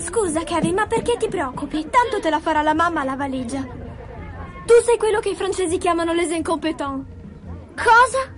Scusa, Kevin, ma perché ti preoccupi? Tanto te la farà la mamma la valigia. Tu sei quello che i francesi chiamano les incompetents. Cosa?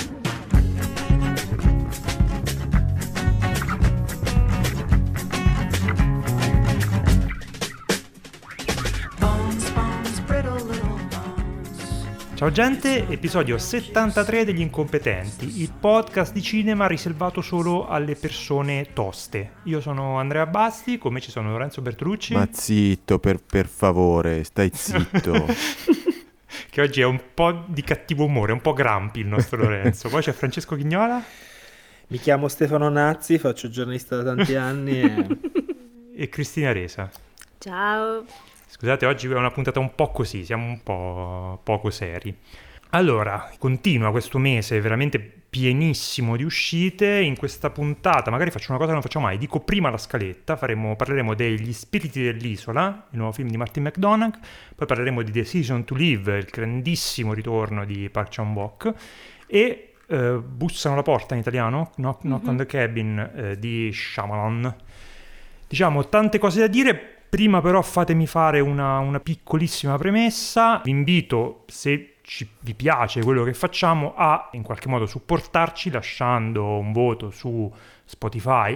Ciao gente, episodio 73 degli Incompetenti, il podcast di cinema riservato solo alle persone toste. Io sono Andrea Basti, con me ci sono Lorenzo Bertolucci. Ma zitto, per favore, stai zitto. Che oggi è un po' di cattivo umore, un po' grumpy il nostro Lorenzo. Poi c'è Francesco Chignola. Mi chiamo Stefano Nazzi, faccio giornalista da tanti anni E Cristina Resa. Ciao. Scusate, oggi è una puntata un po' così, siamo un po' poco seri. Allora, continua questo mese veramente pienissimo di uscite. In questa puntata, magari faccio una cosa che non facciamo mai, dico prima la scaletta, parleremo degli Spiriti dell'Isola, il nuovo film di Martin McDonagh, poi parleremo di Decision to Live, il grandissimo ritorno di Park Chan-wook, e Bussano alla porta in italiano, Knock on the Cabin di Shyamalan. Diciamo, tante cose da dire. Prima però fatemi fare una piccolissima premessa. Vi invito, se vi piace quello che facciamo, a in qualche modo supportarci lasciando un voto su Spotify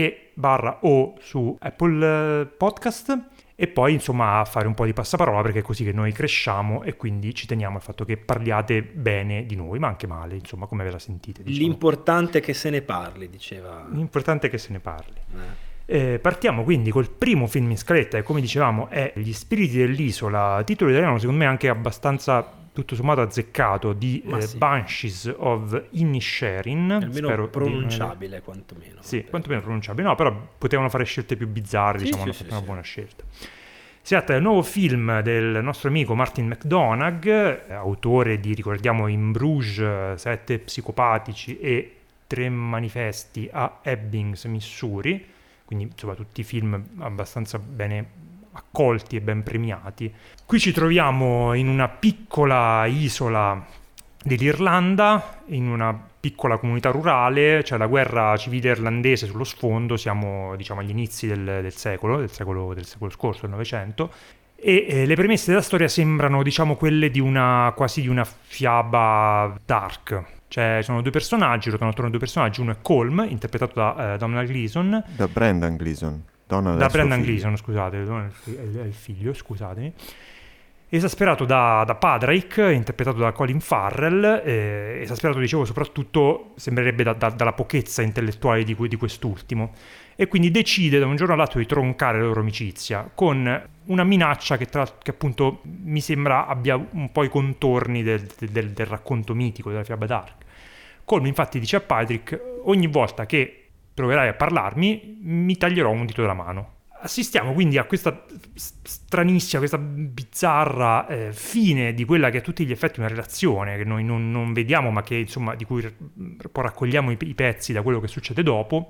o su Apple Podcast, e poi insomma a fare un po' di passaparola, perché è così che noi cresciamo e quindi ci teniamo al fatto che parliate bene di noi, ma anche male, insomma, come ve la sentite, diciamo. L'importante è che se ne parli, diceva. L'importante è che se ne parli. Partiamo quindi col primo film in scaletta, e come dicevamo è Gli Spiriti dell'Isola, titolo italiano secondo me anche abbastanza tutto sommato azzeccato, di sì. Banshees of Inisherin, almeno pronunciabile, quantomeno. Sì, quantomeno pronunciabile, no, però potevano fare scelte più bizzarre, diciamo, hanno fatto una buona scelta. Si tratta del nuovo film del nostro amico Martin McDonagh, autore di, ricordiamo, In Bruges, 7 psicopatici e 3 manifesti a Ebbings, Missouri. Quindi insomma tutti film abbastanza bene accolti e ben premiati. Qui ci troviamo in una piccola isola dell'Irlanda, in una piccola comunità rurale, c'è la guerra civile irlandese sullo sfondo, siamo diciamo agli inizi del secolo scorso, del Novecento, e le premesse della storia sembrano diciamo quelle quasi di una fiaba dark. Cioè, sono due personaggi, ruotano attorno a due personaggi. Uno è Colm, interpretato da Donald Gleeson. Da Brendan Gleeson. Gleeson, scusate, è il figlio, scusatemi. Esasperato da Padraic, interpretato da Colin Farrell. Esasperato, dicevo, soprattutto sembrerebbe dalla pochezza intellettuale di quest'ultimo. E quindi decide da un giorno all'altro di troncare la loro amicizia con una minaccia che appunto mi sembra abbia un po' i contorni del racconto mitico della fiaba dark. Colm infatti dice a Patrick: ogni volta che proverai a parlarmi mi taglierò un dito della mano. Assistiamo quindi a questa stranissima, questa bizzarra fine di quella che è a tutti gli effetti una relazione che noi non vediamo, ma che insomma di cui poi raccogliamo i pezzi da quello che succede dopo.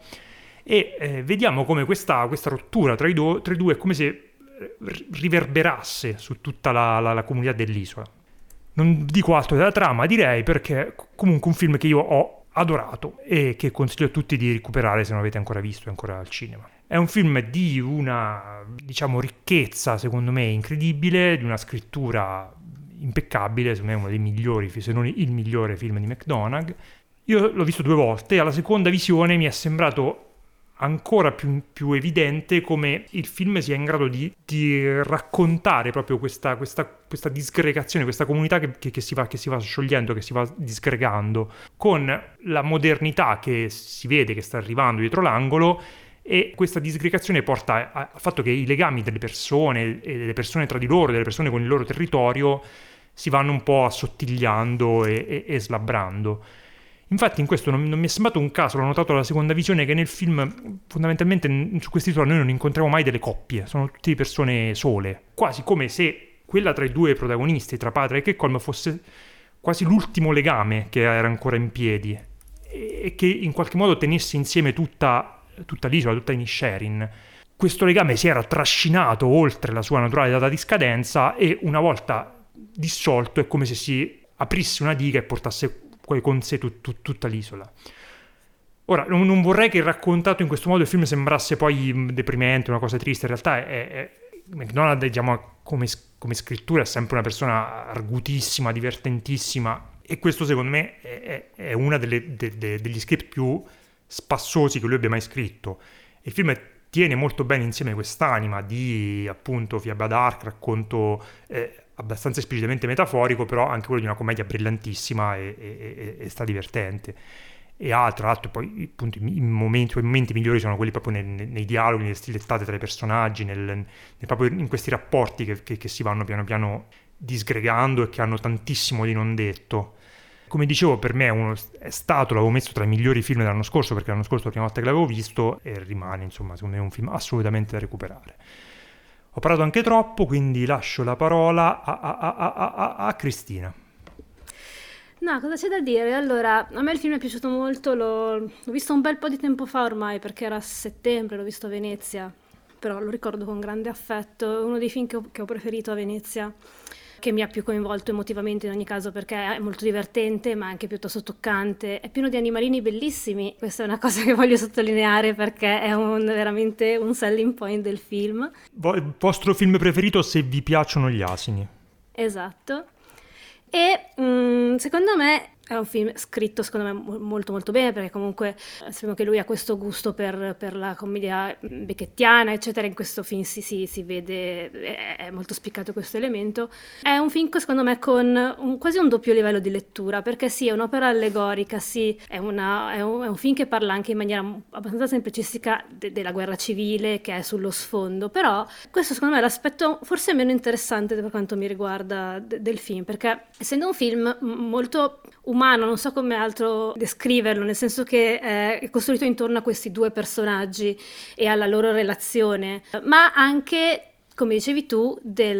E vediamo come questa rottura tra i due è come se riverberasse su tutta la comunità dell'isola. Non dico altro della trama, direi, perché comunque un film che io ho adorato e che consiglio a tutti di recuperare se non avete ancora visto, è ancora al cinema. È un film di una, diciamo, ricchezza, secondo me, incredibile, di una scrittura impeccabile, secondo me è uno dei migliori, se non il migliore film di McDonagh. Io l'ho visto 2 volte, e alla seconda visione mi è sembrato ancora più evidente come il film sia in grado di raccontare proprio questa disgregazione, questa comunità che si va sciogliendo, che si va disgregando, con la modernità che si vede che sta arrivando dietro l'angolo, e questa disgregazione porta al fatto che i legami delle persone e delle persone tra di loro, delle persone con il loro territorio, si vanno un po' assottigliando e slabbrando. Infatti in questo non mi è sembrato un caso, l'ho notato alla seconda visione, che nel film fondamentalmente su quest'isola noi non incontriamo mai delle coppie, sono tutte persone sole, quasi come se quella tra i due protagonisti, tra Patrick e Colm, fosse quasi l'ultimo legame che era ancora in piedi e che in qualche modo tenesse insieme tutta l'isola, tutta Inisherin. Questo legame si era trascinato oltre la sua naturale data di scadenza, e una volta dissolto è come se si aprisse una diga e portasse con sé tutta l'isola. Ora, non vorrei che raccontato in questo modo il film sembrasse poi deprimente, una cosa triste. In realtà McDonald, diciamo, come scrittura è sempre una persona argutissima, divertentissima, e questo secondo me è una degli script più spassosi che lui abbia mai scritto. Il film tiene molto bene insieme quest'anima di, appunto, fiaba dark, racconto abbastanza esplicitamente metaforico, però anche quello di una commedia brillantissima e divertente. E tra l'altro poi appunto i momenti migliori sono quelli proprio nei dialoghi, nelle stilettate tra i personaggi, proprio in questi rapporti che si vanno piano piano disgregando e che hanno tantissimo di non detto. Come dicevo, per me l'avevo messo tra i migliori film dell'anno scorso, perché l'anno scorso è la prima volta che l'avevo visto, e rimane, insomma, secondo me un film assolutamente da recuperare. Ho parlato anche troppo, quindi lascio la parola a Cristina. No, cosa c'è da dire? Allora, a me il film è piaciuto molto, l'ho visto un bel po' di tempo fa ormai, perché era a settembre, l'ho visto a Venezia, però lo ricordo con grande affetto, è uno dei film che ho preferito a Venezia, che mi ha più coinvolto emotivamente in ogni caso, perché è molto divertente ma anche piuttosto toccante, è pieno di animalini bellissimi, questa è una cosa che voglio sottolineare perché è veramente un selling point del film. Il vostro film preferito se vi piacciono gli asini? Esatto. E secondo me è un film scritto secondo me molto molto bene, perché comunque sappiamo che lui ha questo gusto per la commedia becchettiana eccetera, in questo film si vede, è molto spiccato questo elemento. È un film secondo me con quasi un doppio livello di lettura, perché sì, è un'opera allegorica, sì, è un film che parla anche in maniera abbastanza semplicistica della guerra civile che è sullo sfondo, però questo secondo me è l'aspetto forse meno interessante per quanto mi riguarda del film, perché essendo un film molto umano, non so come altro descriverlo, nel senso che è costruito intorno a questi due personaggi e alla loro relazione, ma anche, come dicevi tu,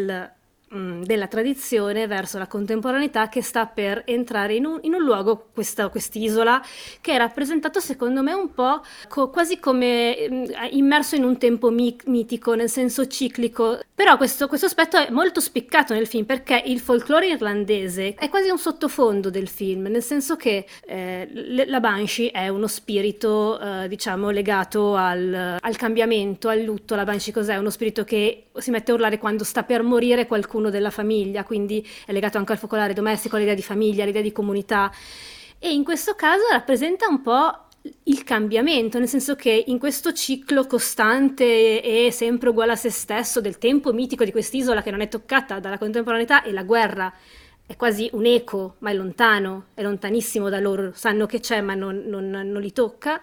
della tradizione verso la contemporaneità che sta per entrare in un luogo, quest'isola, che è rappresentato secondo me un po' quasi come immerso in un tempo mitico, nel senso ciclico, però questo aspetto è molto spiccato nel film, perché il folklore irlandese è quasi un sottofondo del film, nel senso che la Banshee è uno spirito diciamo legato al cambiamento, al lutto. La Banshee cos'è? Uno spirito che si mette a urlare quando sta per morire qualcuno della famiglia, quindi è legato anche al focolare domestico, all'idea di famiglia, all'idea di comunità, e in questo caso rappresenta un po' il cambiamento, nel senso che in questo ciclo costante e sempre uguale a se stesso del tempo mitico di quest'isola che non è toccata dalla contemporaneità, e la guerra è quasi un eco, ma è lontano, è lontanissimo da loro, sanno che c'è ma non li tocca,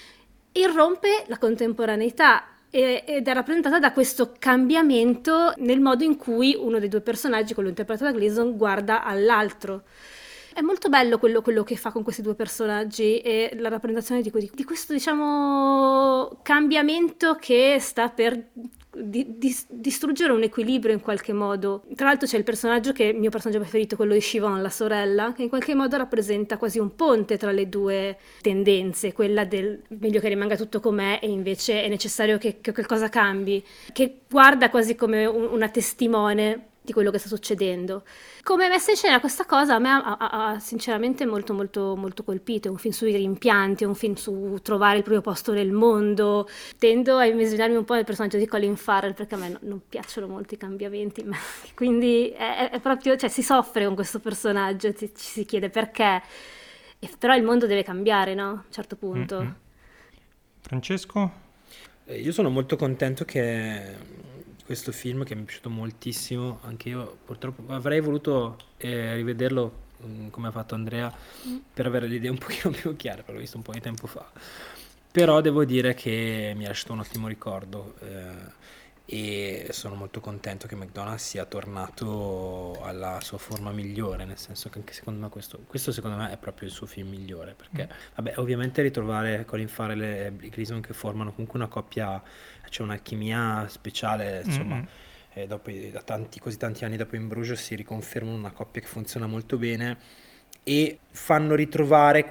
irrompe la contemporaneità ed è rappresentata da questo cambiamento nel modo in cui uno dei due personaggi, quello interpretato da Gleeson, guarda all'altro. È molto bello quello che fa con questi due personaggi e la rappresentazione di questo, diciamo, cambiamento che sta per distruggere un equilibrio in qualche modo. Tra l'altro c'è il personaggio che è il mio personaggio preferito, quello di Siobhan, la sorella, che in qualche modo rappresenta quasi un ponte tra le due tendenze, quella del meglio che rimanga tutto com'è e invece è necessario che qualcosa cambi, che guarda quasi come una testimone di quello che sta succedendo. Come messa in scena questa cosa a me ha sinceramente molto molto molto colpito. È un film sui rimpianti, è un film su trovare il proprio posto nel mondo. Tendo a immaginarmi un po' nel personaggio di Colin Farrell, perché a me non piacciono molto i cambiamenti, quindi è proprio, cioè si soffre con questo personaggio, ci si chiede perché, però il mondo deve cambiare, no? A un certo punto. Mm-hmm. Francesco? Io sono molto contento che questo film, che mi è piaciuto moltissimo, anche io purtroppo avrei voluto rivederlo come ha fatto Andrea per avere le idee un pochino più chiare, perché l'ho visto un po' di tempo fa, però devo dire che mi ha lasciato un ottimo ricordo e sono molto contento che McDonald sia tornato alla sua forma migliore, nel senso che anche secondo me questo secondo me è proprio il suo film migliore, perché vabbè, ovviamente ritrovare Colin Farrell e Gleeson che formano comunque una coppia, c'è un'alchimia speciale, insomma, dopo così tanti anni dopo In Bruges si riconfermano una coppia che funziona molto bene e fanno ritrovare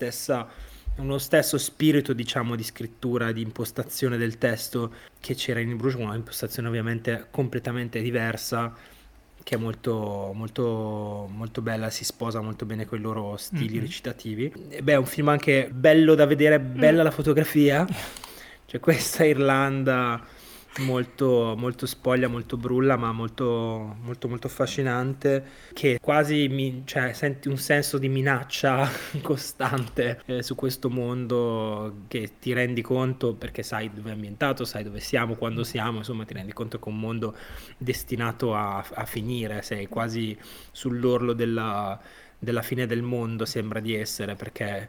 uno stesso spirito, diciamo, di scrittura, di impostazione del testo che c'era in Bruges, con una impostazione ovviamente completamente diversa, che è molto, molto, molto bella, si sposa molto bene con i loro stili recitativi. E beh, è un film anche bello da vedere, bella la fotografia, cioè questa Irlanda molto, molto spoglia, molto brulla, ma molto, molto, molto affascinante, che quasi cioè, senti un senso di minaccia costante su questo mondo, che ti rendi conto perché sai dove è ambientato, sai dove siamo, quando siamo, insomma ti rendi conto che è un mondo destinato a finire, sei quasi sull'orlo della fine del mondo, sembra di essere, perché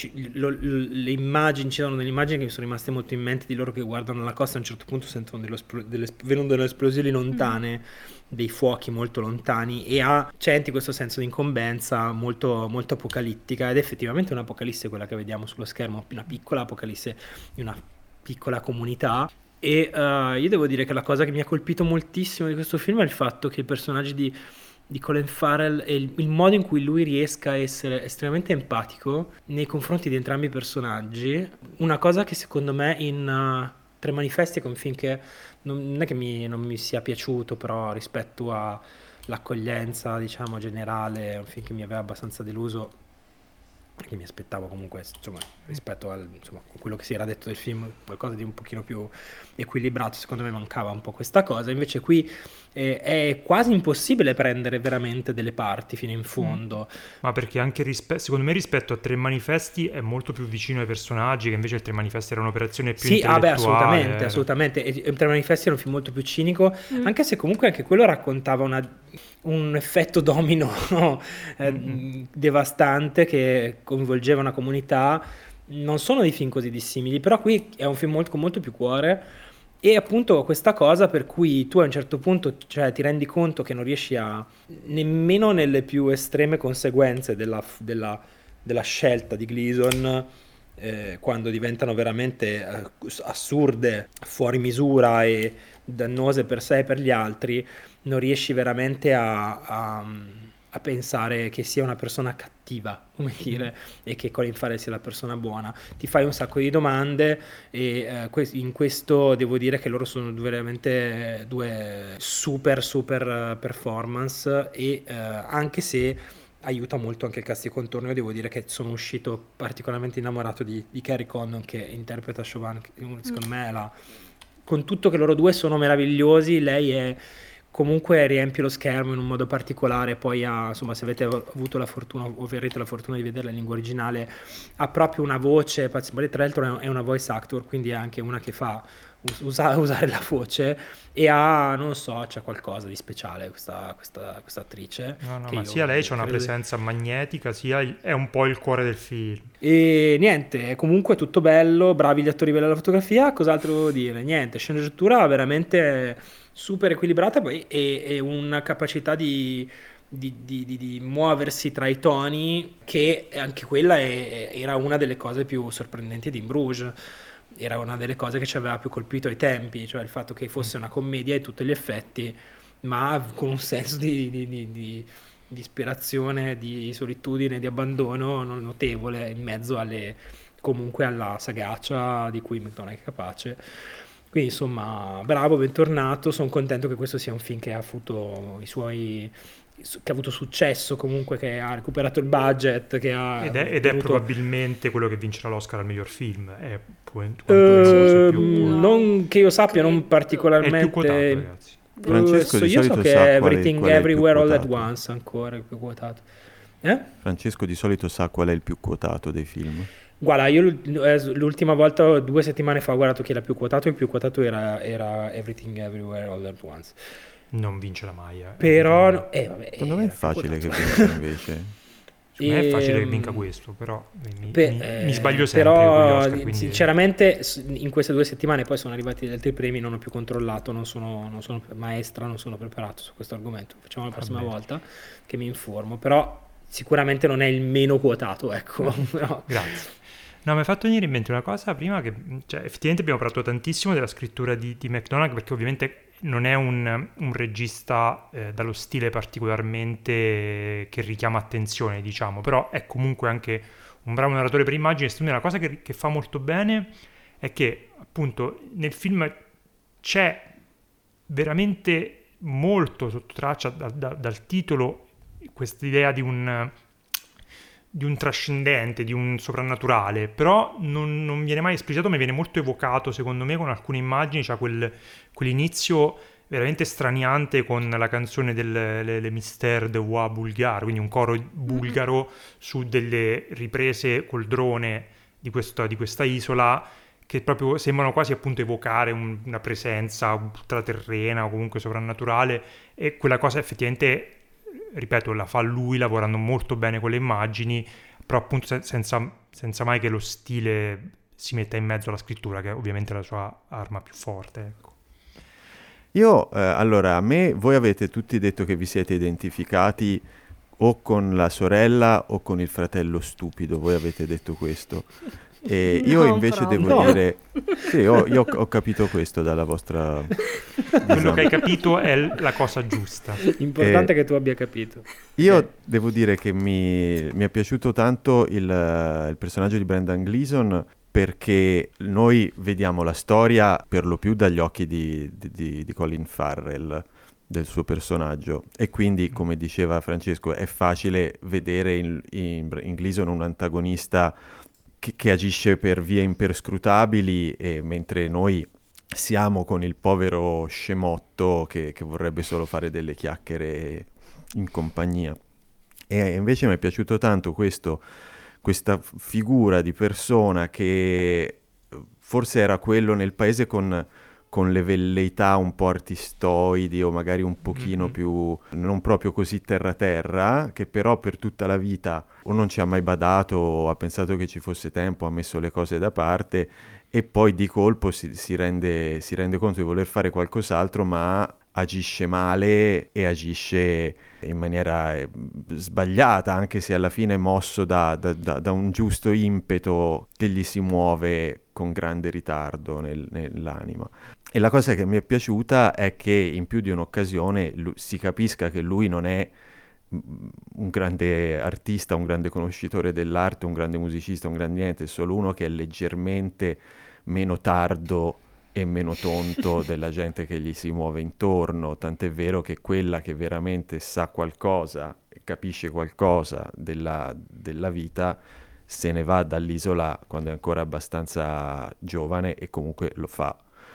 le immagini, ci sono delle immagini che mi sono rimaste molto in mente di loro che guardano la costa, a un certo punto sentono vengono delle esplosioni lontane, dei fuochi molto lontani, e senti questo senso di incombenza molto, molto apocalittica, ed effettivamente è un'apocalisse quella che vediamo sullo schermo, una piccola apocalisse di una piccola comunità. E io devo dire che la cosa che mi ha colpito moltissimo di questo film è il fatto che i personaggi di Colin Farrell e il modo in cui lui riesca a essere estremamente empatico nei confronti di entrambi i personaggi, una cosa che secondo me in Tre Manifesti è un film che non è che non mi sia piaciuto, però rispetto all'accoglienza, diciamo, generale, è un film che mi aveva abbastanza deluso, che mi aspettavo comunque, insomma, rispetto insomma, a quello che si era detto del film, qualcosa di un pochino più equilibrato. Secondo me mancava un po' questa cosa, invece qui è quasi impossibile prendere veramente delle parti fino in fondo. Ma perché anche secondo me rispetto a Tre Manifesti è molto più vicino ai personaggi, che invece il Tre Manifesti era un'operazione più intellettuale. Assolutamente. E Tre Manifesti era un film molto più cinico, anche se comunque anche quello raccontava un effetto domino devastante che coinvolgeva una comunità. Non sono dei film così dissimili, però qui è un film con molto più cuore, e appunto questa cosa per cui tu a un certo punto, cioè, ti rendi conto che non riesci nemmeno nelle più estreme conseguenze della scelta di Gleeson, quando diventano veramente assurde, fuori misura e dannose per sé e per gli altri, non riesci veramente a pensare che sia una persona cattiva, come dire, e che Colin Farrell sia la persona buona. Ti fai un sacco di domande, e in questo devo dire che loro sono veramente due super performance, e anche se aiuta molto anche il cast di contorno, io devo dire che sono uscito particolarmente innamorato di Carrie Condon, che interpreta Siobhan, che secondo me con tutto che loro due sono meravigliosi, lei è comunque riempie lo schermo in un modo particolare. Poi insomma, se avete avuto la fortuna o avrete la fortuna di vederla in lingua originale, ha proprio una voce, tra l'altro è una voice actor, quindi è anche una che fa usare la voce, e non so, c'è qualcosa di speciale questa attrice. No, ma sia lei c'ha una presenza magnetica, sia è un po' il cuore del film. E niente, è comunque tutto bello, bravi gli attori, bella la fotografia, cos'altro devo dire? Niente, sceneggiatura veramente super equilibrata, poi, e una capacità di muoversi tra i toni, che anche quella era una delle cose più sorprendenti di In Bruges. Era una delle cose che ci aveva più colpito ai tempi, cioè il fatto che fosse una commedia a tutti gli effetti, ma con un senso di ispirazione, di solitudine, di abbandono notevole, in mezzo comunque alla sagacia di cui McDonagh è capace. Quindi insomma, bravo, bentornato. Sono contento che questo sia un film che ha avuto che ha avuto successo, comunque, che ha recuperato il budget, che ha ed è probabilmente quello che vincerà l'Oscar al miglior film. Non che io sappia, non particolarmente. È il più quotato, ragazzi. Francesco io so che è Everything Everywhere All at Once ancora il più quotato. Francesco di solito sa qual è il più quotato dei film. Guarda, io l'ultima volta, 2 settimane fa, ho guardato chi era più quotato, il più quotato era Everything Everywhere All at Once. Non vince la mai. Però vabbè, secondo me è facile che vinca invece. Secondo me è facile che vinca questo, però mi sbaglio sempre. Però Oscar, quindi... sinceramente in queste 2 settimane poi sono arrivati gli altri premi, non ho più controllato, non sono maestra, non sono preparato su questo argomento. Facciamo la prossima volta che mi informo, però sicuramente non è il meno quotato, ecco. Però... Grazie. No, mi hai fatto venire in mente una cosa prima, che effettivamente abbiamo parlato tantissimo della scrittura di McDonagh, perché ovviamente non è un regista dallo stile particolarmente che richiama attenzione, diciamo, però è comunque anche un bravo narratore per immagini. E secondo me una cosa che fa molto bene è che appunto nel film c'è veramente molto sotto traccia dal titolo quest'idea di un trascendente, di un soprannaturale, però non viene mai esplicitato, ma viene molto evocato secondo me con alcune immagini. C'ha quell'inizio veramente straniante con la canzone Le Mystères de Wa Bulgare, quindi un coro bulgaro su delle riprese col drone di questa isola, che proprio sembrano quasi appunto evocare una presenza ultraterrena o comunque soprannaturale, e quella cosa effettivamente, ripeto, la fa lui lavorando molto bene con le immagini, però appunto senza mai che lo stile si metta in mezzo alla scrittura, che è ovviamente la sua arma più forte, ecco. Io, allora, a me, voi avete tutti detto che vi siete identificati o con la sorella o con il fratello stupido, voi avete detto questo. E io No, invece proprio. devo dire, sì, io ho capito questo dalla vostra... Quello che hai capito è la cosa giusta. L'importante è che tu abbia capito. Io devo dire che mi è piaciuto tanto il personaggio di Brendan Gleeson, perché noi vediamo la storia per lo più dagli occhi di Colin Farrell, del suo personaggio, e quindi, come diceva Francesco, è facile vedere in Gleeson un antagonista che agisce per vie imperscrutabili, e mentre noi siamo con il povero scemotto che vorrebbe solo fare delle chiacchiere in compagnia. E invece mi è piaciuto tanto questa figura di persona che forse era quello nel paese con le velleità un po' artistoidi, o magari un pochino più non proprio così terra, che però per tutta la vita o non ci ha mai badato, o ha pensato che ci fosse tempo, ha messo le cose da parte, e poi di colpo si rende conto di voler fare qualcos'altro, ma agisce male e agisce in maniera sbagliata, anche se alla fine è mosso da un giusto impeto che gli si muove con grande ritardo nell'anima. E la cosa che mi è piaciuta è che in più di un'occasione si capisca che lui non è un grande artista, un grande conoscitore dell'arte, un grande musicista, un grande niente, è solo uno che è leggermente meno tardo e meno tonto della gente che gli si muove intorno, tant'è vero che quella che veramente sa qualcosa e capisce qualcosa della vita se ne va dall'isola quando è ancora abbastanza giovane, e comunque lo fa.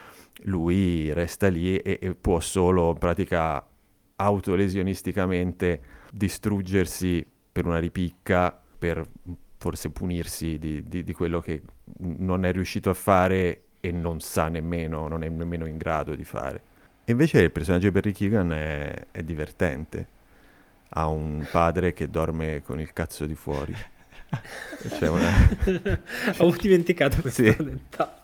Lui resta lì e può solo, in pratica, autolesionisticamente distruggersi per una ripicca, per forse punirsi di quello che non è riuscito a fare e non sa nemmeno, non è nemmeno in grado di fare. E invece il personaggio di Barry Keoghan è divertente. Ha un padre che dorme con il cazzo di fuori. C'è una... Ho dimenticato questo Sì. dettaglio.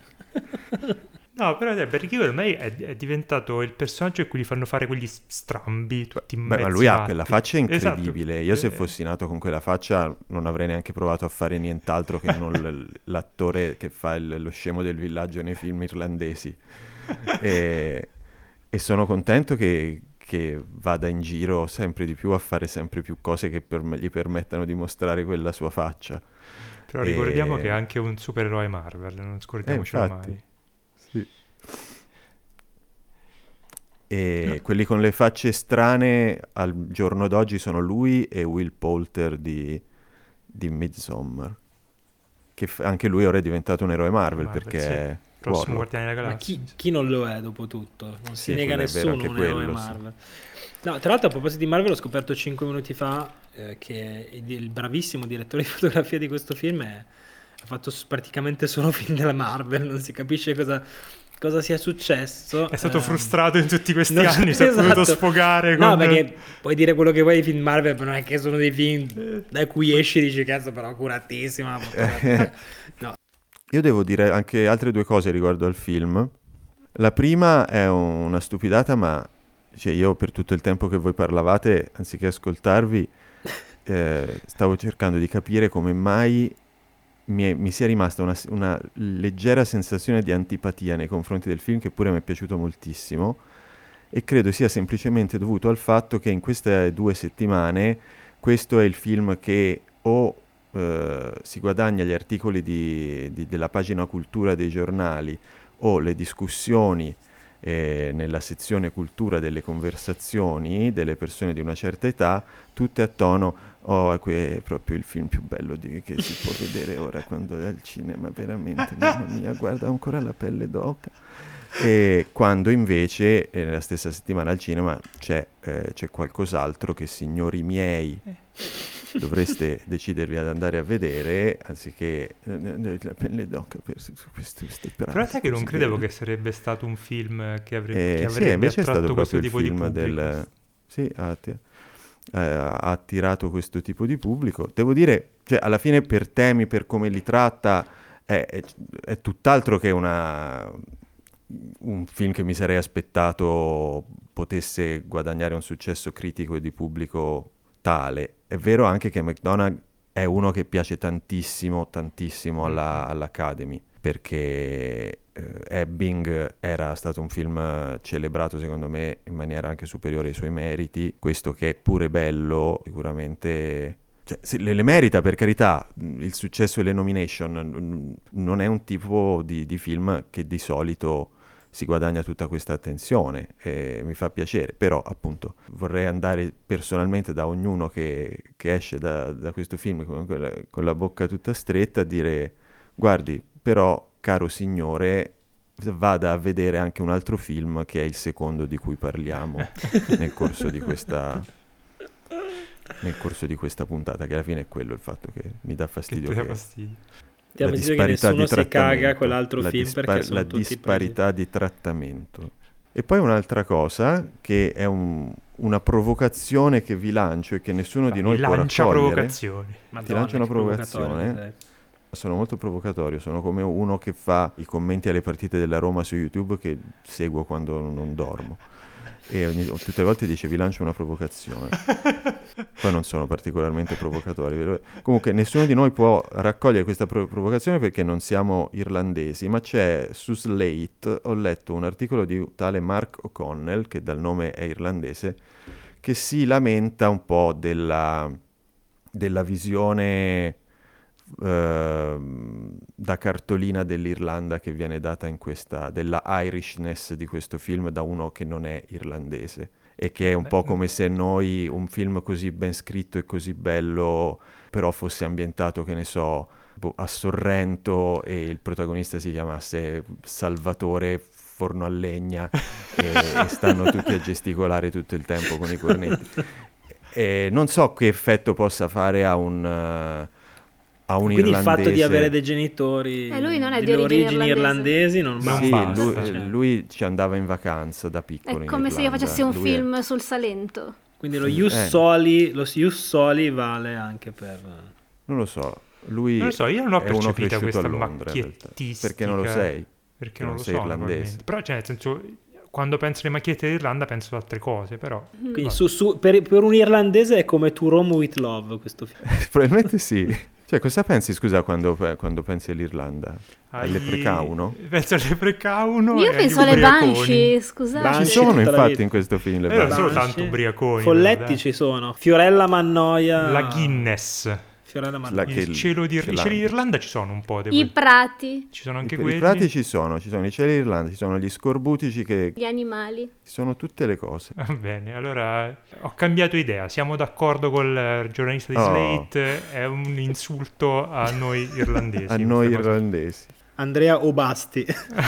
No, però Barry Keoghan ormai è diventato il personaggio a cui gli fanno fare quegli strambi tutti Beh, ma mezzi lui ha matti. quella faccia incredibile. Esatto. Io se fossi nato con quella faccia non avrei neanche provato a fare nient'altro che non l'attore che fa lo scemo del villaggio nei film irlandesi. E sono contento che vada in giro sempre di più a fare sempre più cose che gli permettano di mostrare quella sua faccia. Però ricordiamo che è anche un supereroe Marvel, non scordiamocelo infatti. mai. Sì. E quelli con le facce strane al giorno d'oggi sono lui e Will Poulter di Midsommar, che anche lui ora è diventato un eroe Marvel, perché sì. è Prossimo Warlock. Guardiani della Ma Galassia. chi non lo è dopo tutto? Non Sì, si nega quello è vero nessuno anche un eroe quello, sì. Marvel. No, tra l'altro a proposito di Marvel ho scoperto 5 minuti fa che il bravissimo direttore di fotografia di questo film ha fatto praticamente solo film della Marvel, non si capisce cosa sia successo. È stato frustrato in tutti questi non- anni, si è esatto. potuto sfogare No, con... perché puoi dire quello che vuoi dei film Marvel, ma non è che sono dei film da cui esci e dici cazzo, però curatissima la fotografia. No, Io devo dire anche altre due cose riguardo al film. La prima è una stupidata, ma cioè, io per tutto il tempo che voi parlavate, anziché ascoltarvi, stavo cercando di capire come mai mi sia rimasta una leggera sensazione di antipatia nei confronti del film, che pure mi è piaciuto moltissimo, e credo sia semplicemente dovuto al fatto che in queste 2 settimane questo è il film che o si guadagna gli articoli della pagina cultura dei giornali, o le discussioni nella sezione cultura delle conversazioni delle persone di una certa età, tutte a tono: oh, è proprio il film più bello che si può vedere ora quando è al cinema, veramente, mamma mia, guarda, ho ancora la pelle d'oca. E quando invece nella stessa settimana al cinema c'è qualcos'altro che, signori miei, dovreste decidervi ad andare a vedere, anziché la pelle d'oca per queste Però sai che non credevo che sarebbe stato un film che avrebbe sì, invece è stato attratto questo proprio il tipo di film pubblico. Sì, ha attirato questo tipo di pubblico. Devo dire, cioè, alla fine per temi, per come li tratta, è tutt'altro che un film che mi sarei aspettato potesse guadagnare un successo critico e di pubblico tale. È vero anche che McDonagh è uno che piace tantissimo, tantissimo all'Academy, perché Ebbing era stato un film celebrato secondo me in maniera anche superiore ai suoi meriti. Questo, che è pure bello, sicuramente... Cioè, le merita, per carità. Il successo e le nomination non è un tipo di film che di solito si guadagna tutta questa attenzione, e mi fa piacere, però appunto vorrei andare personalmente da ognuno che esce da questo film con la bocca tutta stretta a dire: guardi, però caro signore, vada a vedere anche un altro film che è il secondo di cui parliamo nel corso di questa puntata, che alla fine è quello il fatto che mi dà fastidio. Che ti dà fastidio. La Che nessuno si caga a quell'altro film perché sono la tutti disparità di trattamento. E poi un'altra cosa che è una provocazione che vi lancio e che nessuno di noi può raccogliere. provocazioni. Ti lancio una provocazione. Sono molto provocatorio, sono come uno che fa i commenti alle partite della Roma su YouTube, che seguo quando non dormo. E tutte le volte dice: vi lancio una provocazione. Poi non sono particolarmente provocatori. Comunque nessuno di noi può raccogliere questa provocazione perché non siamo irlandesi, ma c'è su Slate, ho letto un articolo di tale Mark O'Connell, che dal nome è irlandese, che si lamenta un po' della visione da cartolina dell'Irlanda che viene data della Irishness di questo film da uno che non è irlandese, e che è un po' come se noi un film così ben scritto e così bello però fosse ambientato, che ne so, a Sorrento, e il protagonista si chiamasse Salvatore Forno a Legna e stanno tutti a gesticolare tutto il tempo con i cornetti. E non so che effetto possa fare a un quindi irlandese. Il fatto di avere dei genitori lui non è di di origini irlandesi non Sì, basta. lui ci andava in vacanza da piccolo. È come se io facessi un film sul Salento. Quindi lo Ius Soli vale anche per... Non lo so, lui non lo so, io non ho è uno percepita cresciuto questa a Londra, in realtà. macchiettistica. Perché non lo sei. Perché non non lo sei so, irlandese. normalmente. Però, cioè, nel senso, quando penso alle macchiette d'Irlanda penso ad altre cose, però... Quindi per un irlandese è come To Rome with Love questo film. Probabilmente sì. Cioè, cosa pensi, scusa, quando pensi all'Irlanda? Al Leprecauno? Penso al Leprecauno. Io penso alle Banshee, scusate. Ci sono infatti in questo film le non Banshee. sono tanto ubriaconi. Folletti ci sono. Fiorella Mannoia. La Guinness. Fiorella Mannoia. I cieli d'Irlanda ci sono un po'. I prati. Ci sono anche I quelli. prati ci sono i cieli d'Irlanda, ci sono gli scorbutici, Gli animali. ci sono tutte le cose. Va bene, allora ho cambiato idea. Siamo d'accordo col giornalista di Slate. È un insulto a noi irlandesi. A noi irlandesi. Andrea Obasti.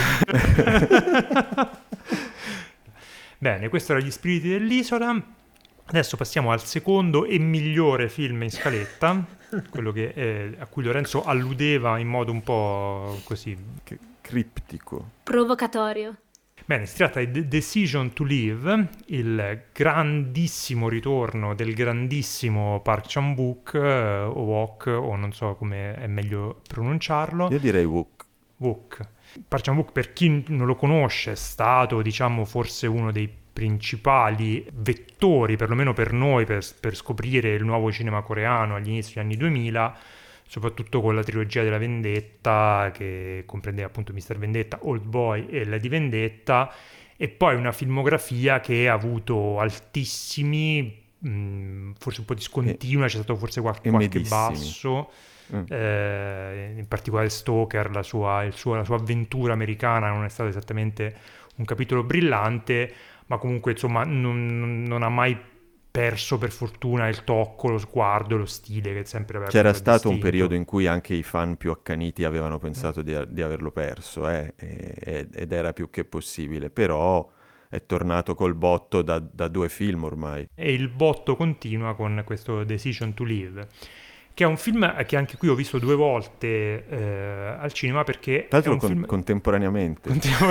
Bene, questo erano Gli spiriti dell'isola. Adesso passiamo al secondo e migliore film in scaletta, quello a cui Lorenzo alludeva in modo un po' così criptico, provocatorio. Bene, si tratta di The Decision to Live, il grandissimo ritorno del grandissimo Park Chan-wook, o Wok, o non so come è meglio pronunciarlo. Io direi Wook. Park Chan-wook, per chi non lo conosce, è stato, diciamo, forse uno dei principali vettori, perlomeno per noi, per scoprire il nuovo cinema coreano agli inizi degli anni 2000, soprattutto con la trilogia della Vendetta, che comprendeva appunto Mr. Vendetta, Old Boy e Lady Vendetta, e poi una filmografia che ha avuto altissimi, forse un po' discontinua, c'è stato forse qualche basso, in particolare Stoker, la sua avventura americana non è stata esattamente un capitolo brillante, ma comunque insomma non ha mai perso per fortuna il tocco, lo sguardo, lo stile che sempre aveva C'era stato un distinto. periodo in cui anche i fan più accaniti avevano pensato di averlo perso, ed era più che possibile, però è tornato col botto da 2 film ormai. E il botto continua con questo Decision to Live, che è un film che anche qui ho visto 2 volte al cinema, perché Tra è l'altro un film contemporaneamente.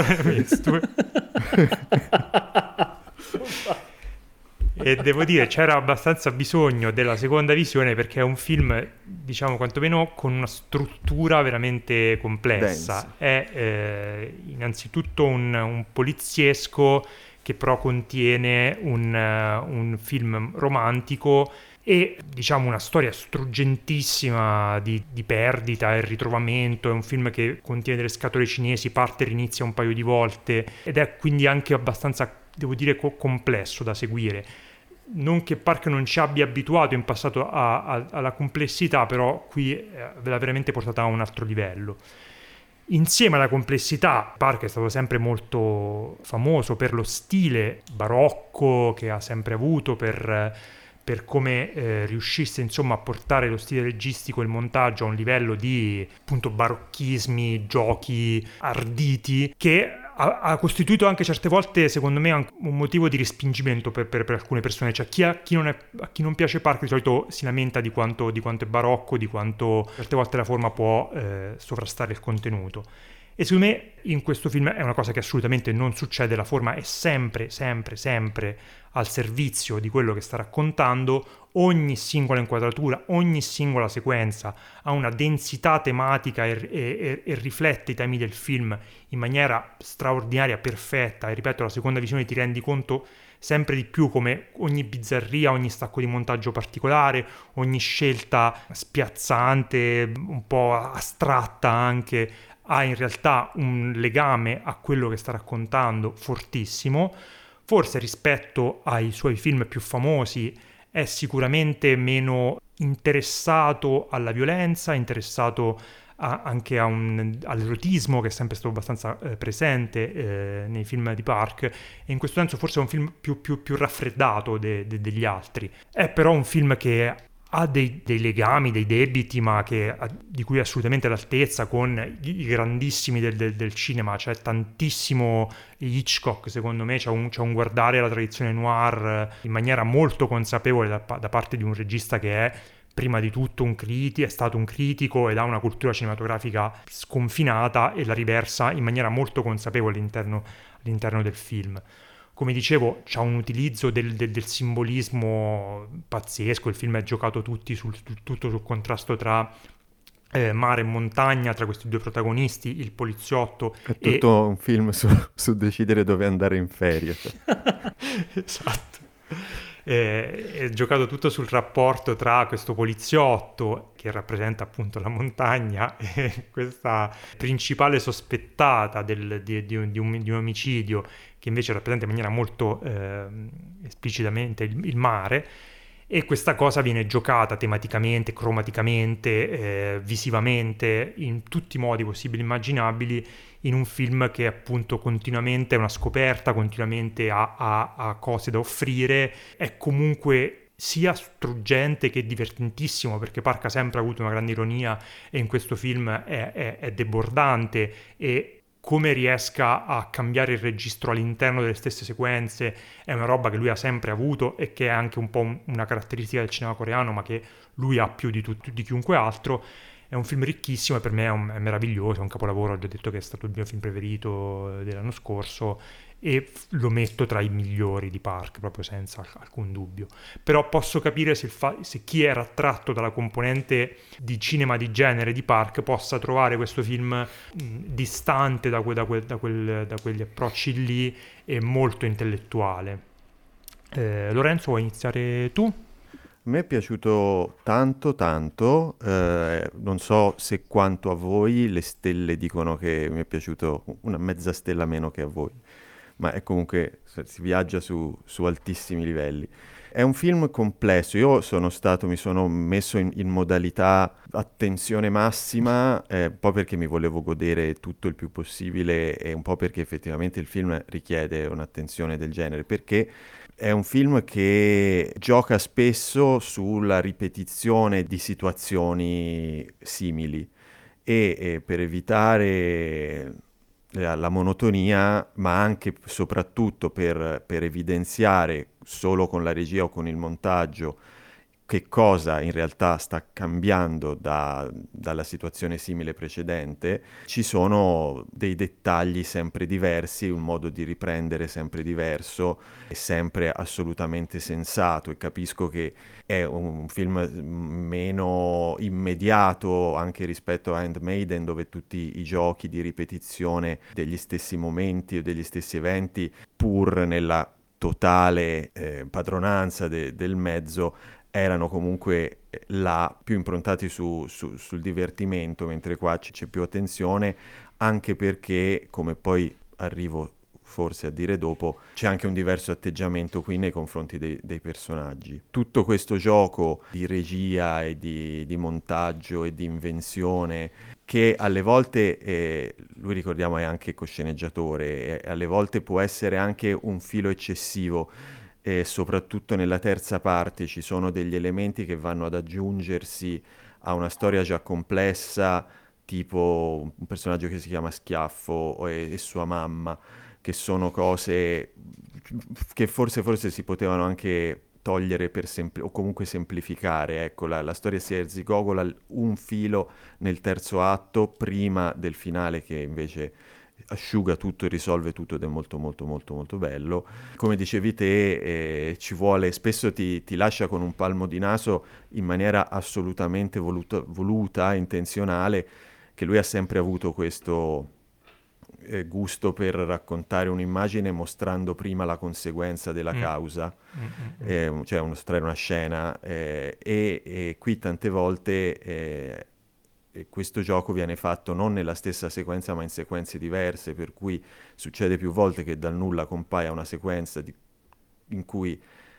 E devo dire c'era abbastanza bisogno della seconda visione, perché è un film, diciamo, quantomeno con una struttura veramente complessa. È innanzitutto un poliziesco che però contiene un film romantico e, diciamo, una storia struggentissima di perdita e ritrovamento. È un film che contiene delle scatole cinesi, parte e inizia un paio di volte, ed è quindi anche abbastanza, devo dire, complesso da seguire. Non che Park non ci abbia abituato in passato alla complessità, però qui ve l'ha veramente portata a un altro livello. Insieme alla complessità, Park è stato sempre molto famoso per lo stile barocco che ha sempre avuto, per come riuscisse insomma a portare lo stile registico e il montaggio a un livello di, appunto, barocchismi, giochi arditi, che ha costituito anche certe volte, secondo me, un motivo di respingimento per alcune persone. Cioè a chi non piace Park di solito si lamenta di quanto è barocco, di quanto certe volte la forma può sovrastare il contenuto. E secondo me in questo film è una cosa che assolutamente non succede. La forma è sempre al servizio di quello che sta raccontando. Ogni singola inquadratura, ogni singola sequenza ha una densità tematica e riflette i temi del film in maniera straordinaria, perfetta. E ripeto, la seconda visione ti rendi conto sempre di più come ogni bizzarria, ogni stacco di montaggio particolare, ogni scelta spiazzante, un po' astratta anche, ha in realtà un legame a quello che sta raccontando fortissimo. Forse rispetto ai suoi film più famosi è sicuramente meno interessato alla violenza, interessato anche all'erotismo, che è sempre stato abbastanza presente nei film di Park, e in questo senso forse è un film più raffreddato degli altri. È però un film che ha dei legami, dei debiti, ma di cui è assolutamente all'altezza con i grandissimi del cinema. C'è tantissimo Hitchcock, secondo me, c'è un guardare la tradizione noir in maniera molto consapevole da parte di un regista che è prima di tutto è stato un critico ed ha una cultura cinematografica sconfinata, e la riversa in maniera molto consapevole all'interno del film. Come dicevo, c'ha un utilizzo del simbolismo pazzesco. Il film è giocato tutto sul contrasto tra mare e montagna, tra questi 2 protagonisti, il poliziotto. È tutto un film su decidere dove andare in ferie. Esatto. È giocato tutto sul rapporto tra questo poliziotto, che rappresenta appunto la montagna, e questa principale sospettata di un omicidio, che invece rappresenta in maniera molto esplicitamente il mare. E questa cosa viene giocata tematicamente, cromaticamente, visivamente, in tutti i modi possibili e immaginabili, in un film che appunto continuamente è una scoperta, continuamente ha cose da offrire. È comunque sia struggente che divertentissimo, perché Park ha sempre avuto una grande ironia, e in questo film è debordante, e come riesca a cambiare il registro all'interno delle stesse sequenze è una roba che lui ha sempre avuto, e che è anche un po' una caratteristica del cinema coreano, ma che lui ha più di chiunque altro. È un film ricchissimo, e per me è meraviglioso, è un capolavoro. Ho già detto che è stato il mio film preferito dell'anno scorso, e lo metto tra i migliori di Park, proprio senza alcun dubbio. Però posso capire se chi era attratto dalla componente di cinema di genere di Park possa trovare questo film distante da quegli approcci lì, e molto intellettuale. Lorenzo, vuoi iniziare tu? A me è piaciuto tanto, non so se quanto a voi. Le stelle dicono che mi è piaciuto una mezza stella meno che a voi, ma è comunque, si viaggia su altissimi livelli. È un film complesso, io mi sono messo in modalità attenzione massima, un po' perché mi volevo godere tutto il più possibile e un po' perché effettivamente il film richiede un'attenzione del genere, perché è un film che gioca spesso sulla ripetizione di situazioni simili e per evitare la monotonia, ma anche soprattutto per evidenziare solo con la regia o con il montaggio che cosa in realtà sta cambiando dalla situazione simile precedente, ci sono dei dettagli sempre diversi, un modo di riprendere sempre diverso e sempre assolutamente sensato, e capisco che è un film meno immediato anche rispetto a Handmaiden, dove tutti i giochi di ripetizione degli stessi momenti o degli stessi eventi, pur nella totale padronanza del mezzo, erano comunque là più improntati sul divertimento, mentre qua c'è più attenzione, anche perché, come poi arrivo forse a dire dopo, c'è anche un diverso atteggiamento qui nei confronti dei personaggi. Tutto questo gioco di regia e di montaggio e di invenzione, che alle volte, lui ricordiamo è anche cosceneggiatore, e alle volte può essere anche un filo eccessivo, e soprattutto nella terza parte ci sono degli elementi che vanno ad aggiungersi a una storia già complessa, tipo un personaggio che si chiama Schiaffo e sua mamma, che sono cose che forse si potevano anche togliere o comunque semplificare. Ecco, la storia si erzigogola un filo nel terzo atto prima del finale, che invece asciuga tutto e risolve tutto, ed è molto molto molto molto bello. Come dicevi te, ci vuole, spesso ti lascia con un palmo di naso in maniera assolutamente voluta, intenzionale, che lui ha sempre avuto questo gusto per raccontare un'immagine mostrando prima la conseguenza della causa, cioè mostrare una scena, e qui tante volte e questo gioco viene fatto non nella stessa sequenza ma in sequenze diverse, per cui succede più volte che dal nulla compaia una sequenza in cui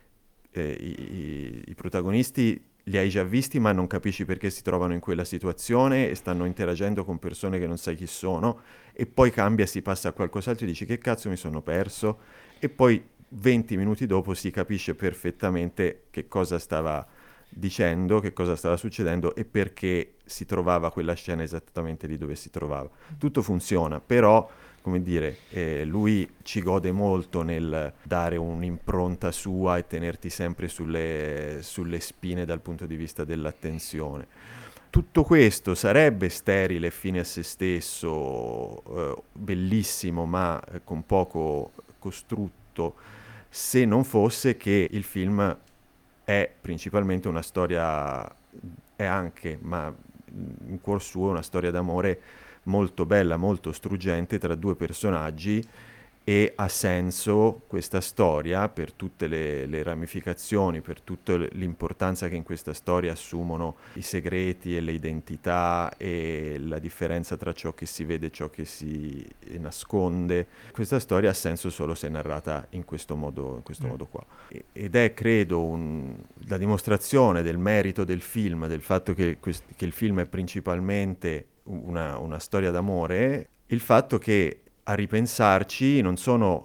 i protagonisti li hai già visti ma non capisci perché si trovano in quella situazione e stanno interagendo con persone che non sai chi sono, e poi cambia, si passa a qualcos'altro e dici che cazzo mi sono perso, e poi 20 minuti dopo si capisce perfettamente che cosa stava dicendo, che cosa stava succedendo e perché si trovava quella scena esattamente lì dove si trovava. Tutto funziona, però, come dire, lui ci gode molto nel dare un'impronta sua e tenerti sempre sulle spine dal punto di vista dell'attenzione. Tutto questo sarebbe sterile, fine a se stesso, bellissimo, ma con poco costrutto, se non fosse che il film è principalmente una storia, è anche, ma in cuor suo, una storia d'amore molto bella, molto struggente tra due personaggi, e ha senso questa storia per tutte le ramificazioni, per tutta l'importanza che in questa storia assumono i segreti e le identità e la differenza tra ciò che si vede e ciò che si nasconde. Questa storia ha senso solo se è narrata in questo modo qua. Ed è, credo, la dimostrazione del merito del film, del fatto che il film è principalmente una storia d'amore, il fatto che a ripensarci non sono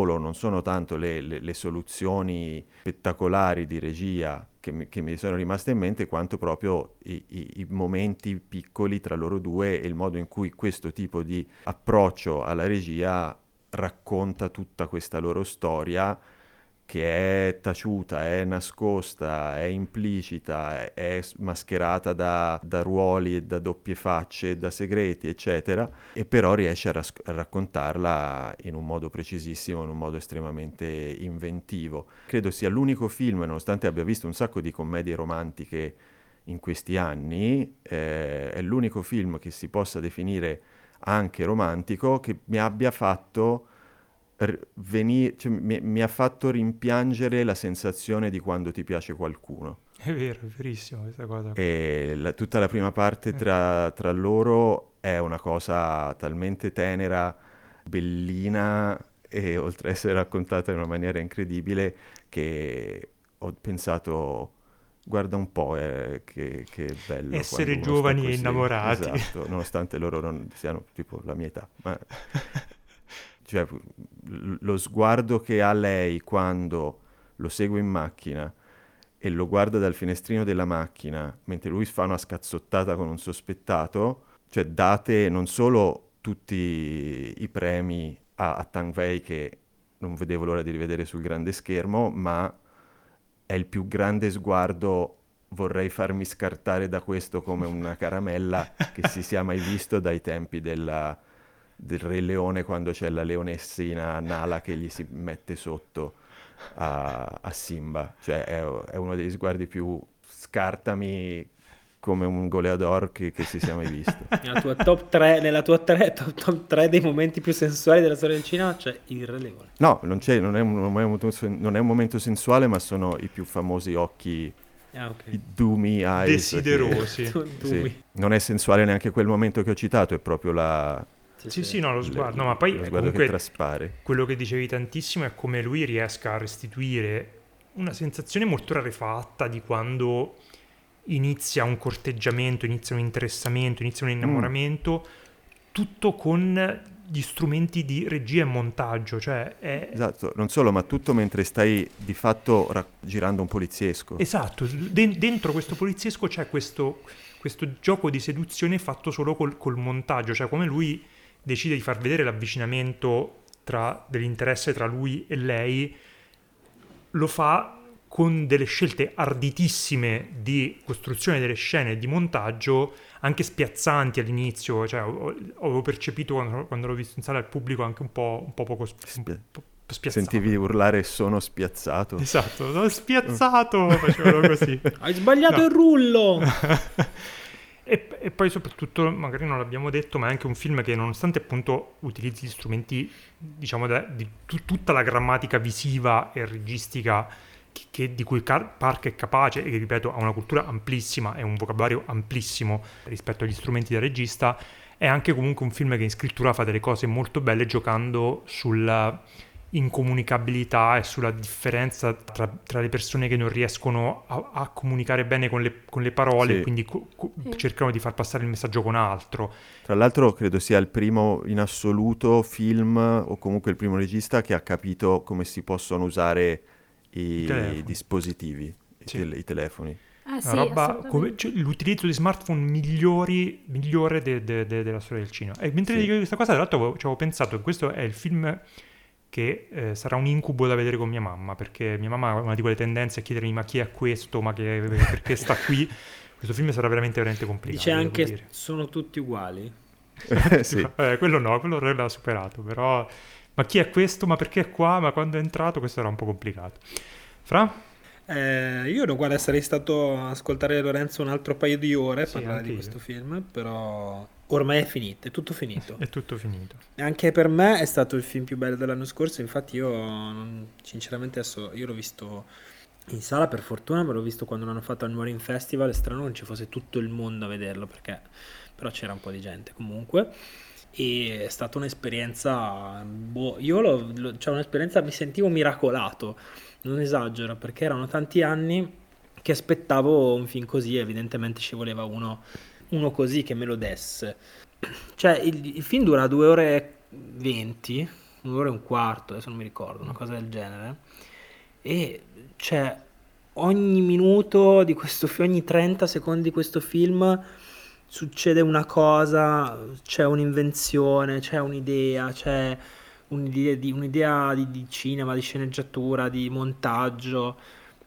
tanto le soluzioni spettacolari di regia che mi sono rimaste in mente, quanto proprio i momenti piccoli tra loro due e il modo in cui questo tipo di approccio alla regia racconta tutta questa loro storia, che è taciuta, è nascosta, è implicita, è mascherata da ruoli e da doppie facce, da segreti, eccetera, e però riesce a raccontarla in un modo precisissimo, in un modo estremamente inventivo. Credo sia l'unico film, nonostante abbia visto un sacco di commedie romantiche in questi anni, è l'unico film che si possa definire anche romantico che mi abbia fatto mi ha fatto rimpiangere la sensazione di quando ti piace qualcuno. È vero, è verissimo questa cosa. E tutta la prima parte tra loro è una cosa talmente tenera, bellina, e oltre a essere raccontata in una maniera incredibile, che ho pensato, guarda un po', che bello Essere quando uno sta giovani e così. innamorati. Esatto, nonostante loro non siano tipo la mia età. Ma cioè, lo sguardo che ha lei quando lo segue in macchina e lo guarda dal finestrino della macchina mentre lui fa una scazzottata con un sospettato, cioè date non solo tutti i premi a Tang Wei, che non vedevo l'ora di rivedere sul grande schermo, ma è il più grande sguardo, vorrei farmi scartare da questo come una caramella, che si sia mai visto dai tempi del Re Leone, quando c'è la leonessina Nala che gli si mette sotto a Simba. Cioè è uno degli sguardi più scartami come un goleador che si sia mai visto. Nella tua top 3, top 3 dei momenti più sensuali della storia del cinema c'è il Re Leone. No, non è un momento sensuale, ma sono i più famosi occhi, Ok. i doomy eyes. Desiderosi. Sì. Non è sensuale neanche quel momento che ho citato, è proprio Sì, no, lo sguardo. No, ma poi lo sguardo comunque che traspare. quello che dicevi tantissimo è come lui riesca a restituire una sensazione molto rarefatta di quando inizia un corteggiamento, inizia un interessamento, inizia un innamoramento, tutto con gli strumenti di regia e montaggio, cioè è... Esatto, non solo, ma tutto mentre stai di fatto girando un poliziesco. Esatto, dentro questo poliziesco c'è questo gioco di seduzione fatto solo col montaggio, cioè come lui decide di far vedere l'avvicinamento dell'interesse tra lui e lei, lo fa con delle scelte arditissime di costruzione delle scene e di montaggio, anche spiazzanti all'inizio. Cioè, avevo percepito quando l'ho visto in sala al pubblico anche un po' poco spiazzato. Sentivi urlare "sono spiazzato". Esatto, sono spiazzato, facevano così. Hai sbagliato il rullo! E poi soprattutto, magari non l'abbiamo detto, ma è anche un film che, nonostante appunto utilizzi gli strumenti, diciamo, di tutta la grammatica visiva e registica di cui Park è capace, e che, ripeto, ha una cultura amplissima e un vocabolario amplissimo rispetto agli strumenti da regista, è anche comunque un film che in scrittura fa delle cose molto belle, giocando sulla incomunicabilità e sulla differenza tra le persone che non riescono a comunicare bene con le parole, sì. Quindi cercano di far passare il messaggio con altro. Tra l'altro credo sia il primo in assoluto film, o comunque il primo regista, che ha capito come si possono usare i dispositivi, sì. I telefoni. Una roba cioè, l'utilizzo di smartphone migliore della storia del cinema. E mentre dico questa cosa, tra l'altro ci avevo pensato che questo è il film che sarà un incubo da vedere con mia mamma, perché mia mamma ha una di quelle tendenze a chiedermi ma chi è questo, perché sta qui. Questo film sarà veramente complicato. Dice anche sono tutti uguali. Sì. Quello no, quello l'ha superato, però ma chi è questo, ma perché è qua, ma quando è entrato, questo era un po' complicato. Fra? Io guarda, sarei stato a ascoltare Lorenzo un altro paio di ore, parlare di questo film, però ormai è finito, è tutto finito. È tutto finito. Anche per me è stato il film più bello dell'anno scorso, infatti io sinceramente adesso io l'ho visto in sala, per fortuna, me l'ho visto quando l'hanno fatto al Marine Festival, è strano non ci fosse tutto il mondo a vederlo, perché però c'era un po' di gente comunque, e è stata un'esperienza, cioè un'esperienza, mi sentivo miracolato, non esagero, perché erano tanti anni che aspettavo un film così, evidentemente ci voleva uno così che me lo desse. Cioè il film dura 2 ore e 20, 1 ora e un quarto, adesso non mi ricordo, una cosa del genere, e cioè ogni minuto di questo film, ogni 30 secondi di questo film succede una cosa, c'è un'invenzione, c'è un'idea, c'è un'idea di cinema, di sceneggiatura, di montaggio.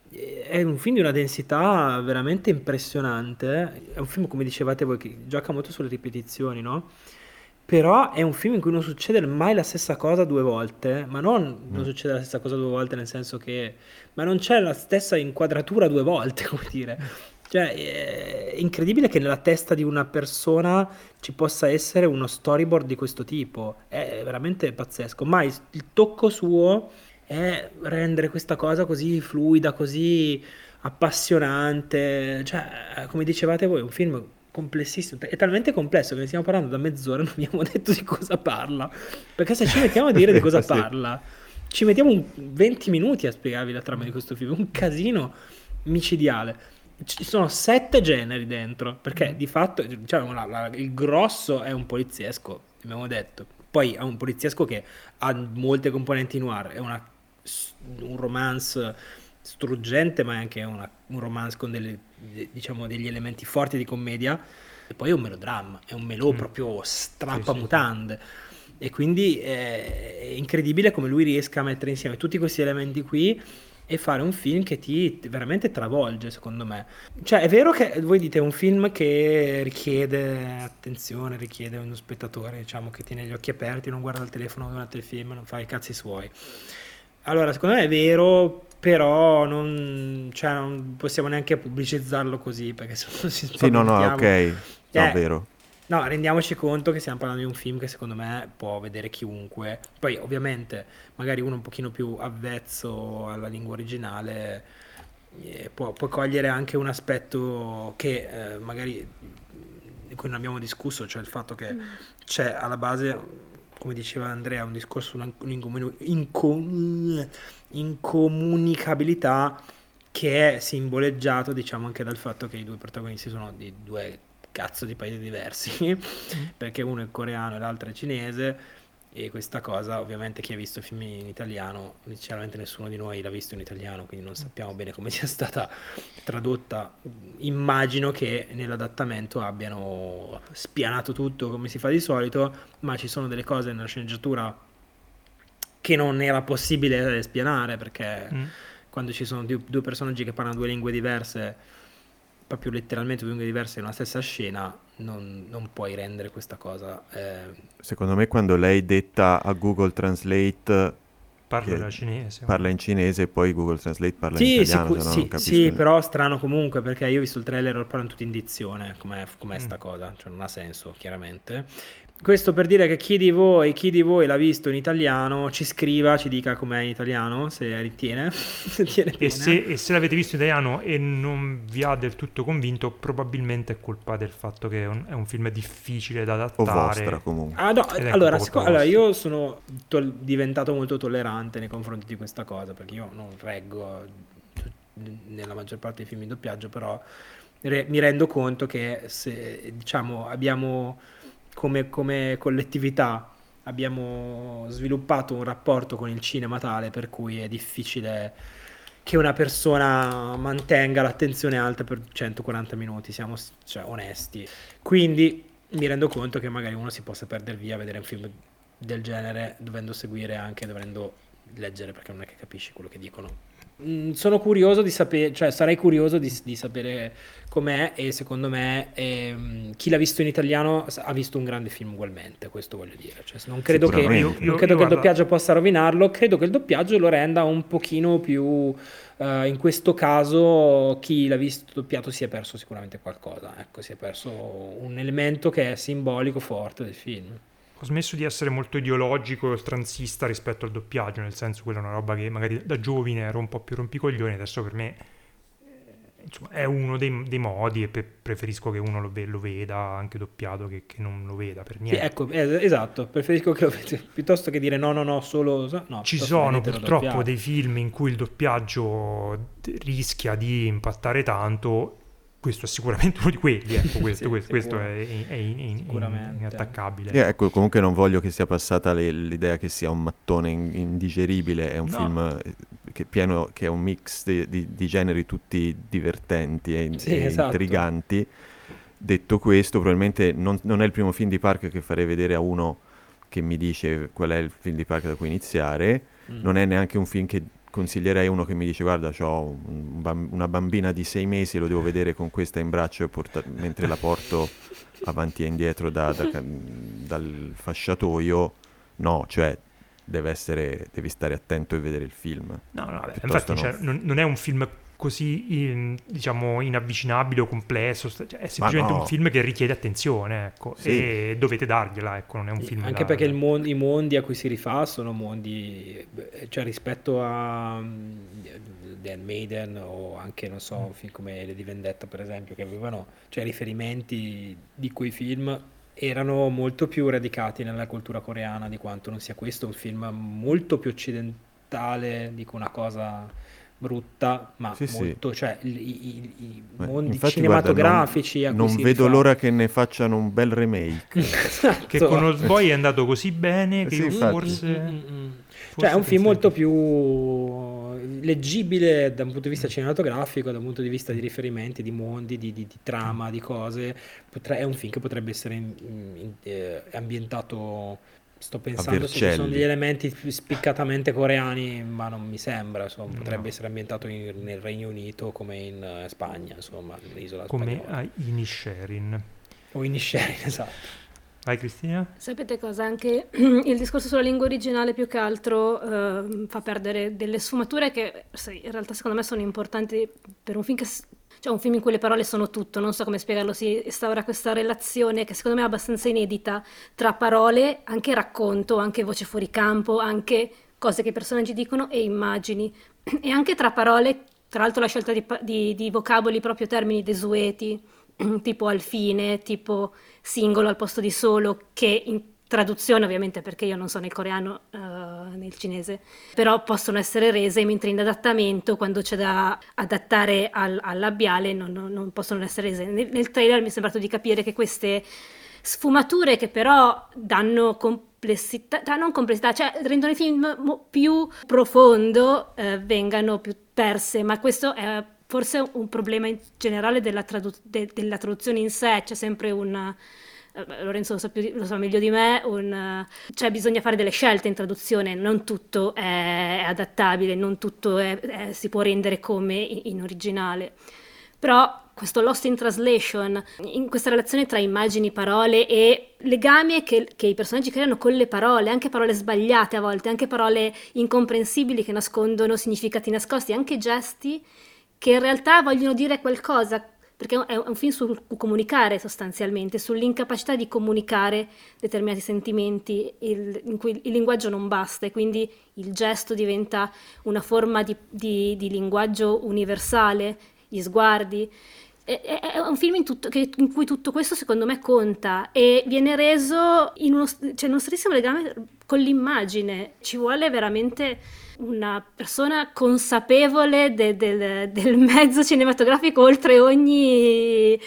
È un film di una densità veramente impressionante. È un film, come dicevate voi, che gioca molto sulle ripetizioni, no? Però è un film in cui non succede mai la stessa cosa 2 volte, ma non succede la stessa cosa 2 volte nel senso che... ma non c'è la stessa inquadratura 2 volte, come dire. Cioè, è incredibile che nella testa di una persona ci possa essere uno storyboard di questo tipo. È veramente pazzesco. Ma il tocco suo è rendere questa cosa così fluida, così appassionante. Cioè, come dicevate voi, è un film complessissimo, è talmente complesso che ne stiamo parlando da mezz'ora e non abbiamo detto di cosa parla, perché se ci mettiamo a dire di cosa Sì. parla, ci mettiamo 20 minuti a spiegarvi la trama di questo film, un casino micidiale. Ci sono 7 generi dentro, perché di fatto diciamo, il grosso è un poliziesco, abbiamo detto. Poi è un poliziesco che ha molte componenti noir, è un romance struggente, ma è anche un romance con diciamo, degli elementi forti di commedia, e poi è un melodramma, è un melò proprio strappamutande. E quindi è incredibile come lui riesca a mettere insieme tutti questi elementi qui e fare un film che ti veramente travolge, secondo me. Cioè, è vero che voi dite è un film che richiede attenzione, richiede uno spettatore, diciamo, che tiene gli occhi aperti, non guarda il telefono durante il film, non fa i cazzi suoi. Allora, secondo me è vero, però non possiamo neanche pubblicizzarlo così, perché se non si Sì, no, spaventiamo. ok, no, vero. No, rendiamoci conto che stiamo parlando di un film che secondo me può vedere chiunque. Poi ovviamente magari uno un pochino più avvezzo alla lingua originale può cogliere anche un aspetto che magari di cui non abbiamo discusso, cioè il fatto che c'è alla base, come diceva Andrea, un discorso incomunicabilità che è simboleggiato, diciamo, anche dal fatto che i due protagonisti sono di due cazzo di paesi diversi, perché uno è coreano e l'altro è cinese, e questa cosa ovviamente chi ha visto film in italiano, sinceramente nessuno di noi l'ha visto in italiano, quindi non sappiamo bene come sia stata tradotta. Immagino che nell'adattamento abbiano spianato tutto come si fa di solito, ma ci sono delle cose nella sceneggiatura che non era possibile spianare, perché quando ci sono due personaggi che parlano due lingue diverse, proprio letteralmente due lingue diverse in una stessa scena, non puoi rendere questa cosa. Secondo me quando lei detta a Google Translate Parla cinese. parla in cinese e poi Google Translate parla in italiano, se no non capisco. Sì, però strano comunque, perché io ho visto il trailer e parlano tutti in dizione, com'è sta cosa, cioè non ha senso, chiaramente. Questo per dire che chi di voi l'ha visto in italiano, ci scriva, ci dica com'è in italiano, se ritiene. Se tiene E bene. se l'avete visto in italiano e non vi ha del tutto convinto, probabilmente è colpa del fatto che è un film difficile da O adattare. vostra comunque. Ah, no, Ed è allora, un po' allora, vostro. io sono diventato molto tollerante nei confronti di questa cosa, perché io non reggo nella maggior parte dei film in doppiaggio, però mi rendo conto che se, diciamo, abbiamo come collettività abbiamo sviluppato un rapporto con il cinema tale per cui è difficile che una persona mantenga l'attenzione alta per 140 minuti, siamo onesti. Quindi mi rendo conto che magari uno si possa perdere via a vedere un film del genere dovendo seguire anche, dovendo leggere, perché non è che capisci quello che dicono. Sono curioso di sapere, cioè sarei curioso di sapere com'è, e secondo me chi l'ha visto in italiano ha visto un grande film ugualmente, questo voglio dire. Cioè, non credo che, Sicuramente. non credo che il doppiaggio possa rovinarlo, credo che il doppiaggio lo renda un pochino più, in questo caso chi l'ha visto doppiato si è perso sicuramente qualcosa, ecco, si è perso un elemento che è simbolico forte del film. Ho smesso di essere molto ideologico e oltranzista rispetto al doppiaggio, nel senso quella è una roba che magari da giovane ero un po' più rompicoglioni, adesso per me insomma, è uno dei modi, e preferisco che uno lo veda anche doppiato che non lo veda per Sì, niente. ecco, esatto, preferisco che lo piuttosto che dire no, solo no, Ci piuttosto sono vedetelo purtroppo doppiato. dei film in cui il doppiaggio rischia di impattare tanto. Questo è sicuramente uno di quelli, ecco, questo sicuro. è Sicuramente. inattaccabile. Ecco, comunque non voglio che sia passata l'idea che sia un mattone indigeribile, è un No. film che è un mix di generi tutti divertenti e Sì, esatto. intriganti. Detto questo, probabilmente non è il primo film di Park che farei vedere a uno che mi dice qual è il film di Park da cui iniziare, non è neanche un film che consiglierei a uno che mi dice guarda c'ho una bambina di 6 mesi, lo devo vedere con questa in braccio e mentre la porto avanti e indietro dal fasciatoio. No, cioè devi stare attento e vedere il film. No, vabbè, Piuttosto infatti no. non è un film così diciamo inavvicinabile o complesso, cioè, è semplicemente no. un film che richiede attenzione, ecco, Sì. e dovete dargliela, ecco, non è un film Anche perché i mondi a cui si rifà sono mondi, cioè rispetto a The Handmaiden o anche, non so, un film come Le di Vendetta per esempio, che avevano, cioè, riferimenti di quei film erano molto più radicati nella cultura coreana di quanto non sia questo, un film molto più occidentale, dico una cosa brutta, ma Sì, sì. molto, cioè i mondi Infatti, cinematografici guarda, a cui non si vedo rifà. l'ora che ne facciano un bel remake. che con Old Boy è andato così bene che Sì, io infatti. forse Cioè è un film molto più più leggibile da un punto di vista cinematografico, da un punto di vista di riferimenti, di mondi, di trama, di cose. È un film che potrebbe essere ambientato, sto pensando se ci sono Vercelli. degli elementi più spiccatamente coreani, ma non mi sembra, insomma, potrebbe essere ambientato nel Regno Unito come in Spagna, insomma, nell'isola come spagnola. a Inisherin. O in Inisherin, esatto. Vai Cristina? Sapete cosa? Anche il discorso sulla lingua originale più che altro fa perdere delle sfumature che in realtà secondo me sono importanti per un film cioè un film in cui le parole sono tutto, non so come spiegarlo, si instaura questa relazione che secondo me è abbastanza inedita tra parole, anche racconto, anche voce fuori campo, anche cose che i personaggi dicono e immagini, e anche tra parole, tra l'altro la scelta di vocaboli, proprio termini desueti, tipo al fine, tipo singolo al posto di solo, che in traduzione ovviamente, perché io non so nel coreano, nel cinese, però possono essere rese, mentre in adattamento, quando c'è da adattare al labiale, non possono essere rese. Nel trailer mi è sembrato di capire che queste sfumature, che però danno complessità, non complessità, cioè rendono il film più profondo, vengano più perse, ma questo è forse un problema in generale della traduzione in sé. C'è sempre Lorenzo lo sa meglio di me, cioè bisogna fare delle scelte in traduzione, non tutto è adattabile, non tutto si può rendere come in originale. Però questo lost in translation, in questa relazione tra immagini, parole e legami che i personaggi creano con le parole, anche parole sbagliate a volte, anche parole incomprensibili che nascondono significati nascosti, anche gesti che in realtà vogliono dire qualcosa, perché è un film sul comunicare sostanzialmente, sull'incapacità di comunicare determinati sentimenti, in cui il linguaggio non basta e quindi il gesto diventa una forma di linguaggio universale, gli sguardi. È un film in cui tutto questo secondo me conta e viene reso in uno strettissimo legame con l'immagine. Ci vuole veramente una persona consapevole del mezzo cinematografico oltre ogni...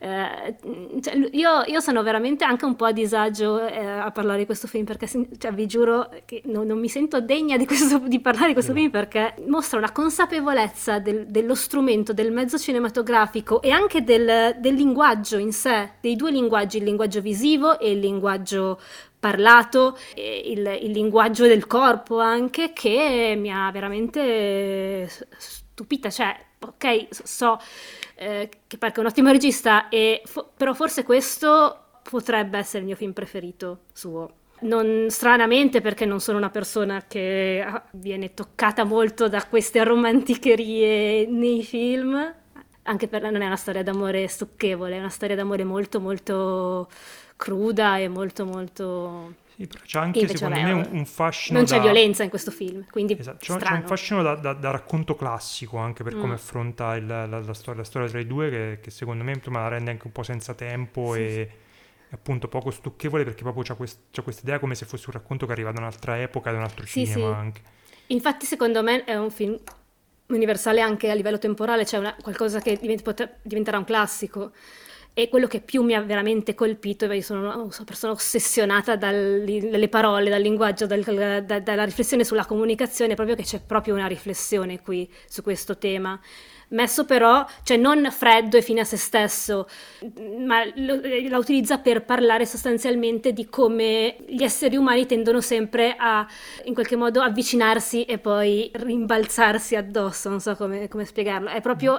cioè, io sono veramente anche un po' a disagio a parlare di questo film, perché cioè, vi giuro che non mi sento degna di parlare di questo film, perché mostra una consapevolezza dello strumento, del mezzo cinematografico e anche del linguaggio in sé, dei due linguaggi, il linguaggio visivo e il linguaggio parlato, il linguaggio del corpo anche, che mi ha veramente stupita. Cioè, ok, so che perché è un ottimo regista, però forse questo potrebbe essere il mio film preferito suo. Non stranamente, perché non sono una persona che viene toccata molto da queste romanticherie nei film, anche per non è una storia d'amore stucchevole, è una storia d'amore molto molto cruda e molto molto... Sì, però c'è anche secondo me un fascino non c'è violenza in questo film, quindi esatto, strano. c'è un fascino da racconto classico, anche per come affronta la storia tra i due, che secondo me insomma, la rende anche un po' senza tempo e appunto poco stucchevole, perché proprio c'ha questa idea come se fosse un racconto che arriva da un'altra epoca, da un altro cinema anche. Infatti secondo me è un film universale anche a livello temporale, cioè qualcosa che diventerà un classico. E quello che più mi ha veramente colpito, io sono una persona ossessionata dalle parole, dal linguaggio, dalla riflessione sulla comunicazione, proprio che c'è proprio una riflessione qui su questo tema, messo però, cioè non freddo e fine a se stesso, ma la utilizza per parlare sostanzialmente di come gli esseri umani tendono sempre a, in qualche modo, avvicinarsi e poi rimbalzarsi addosso, non so come spiegarlo, è proprio,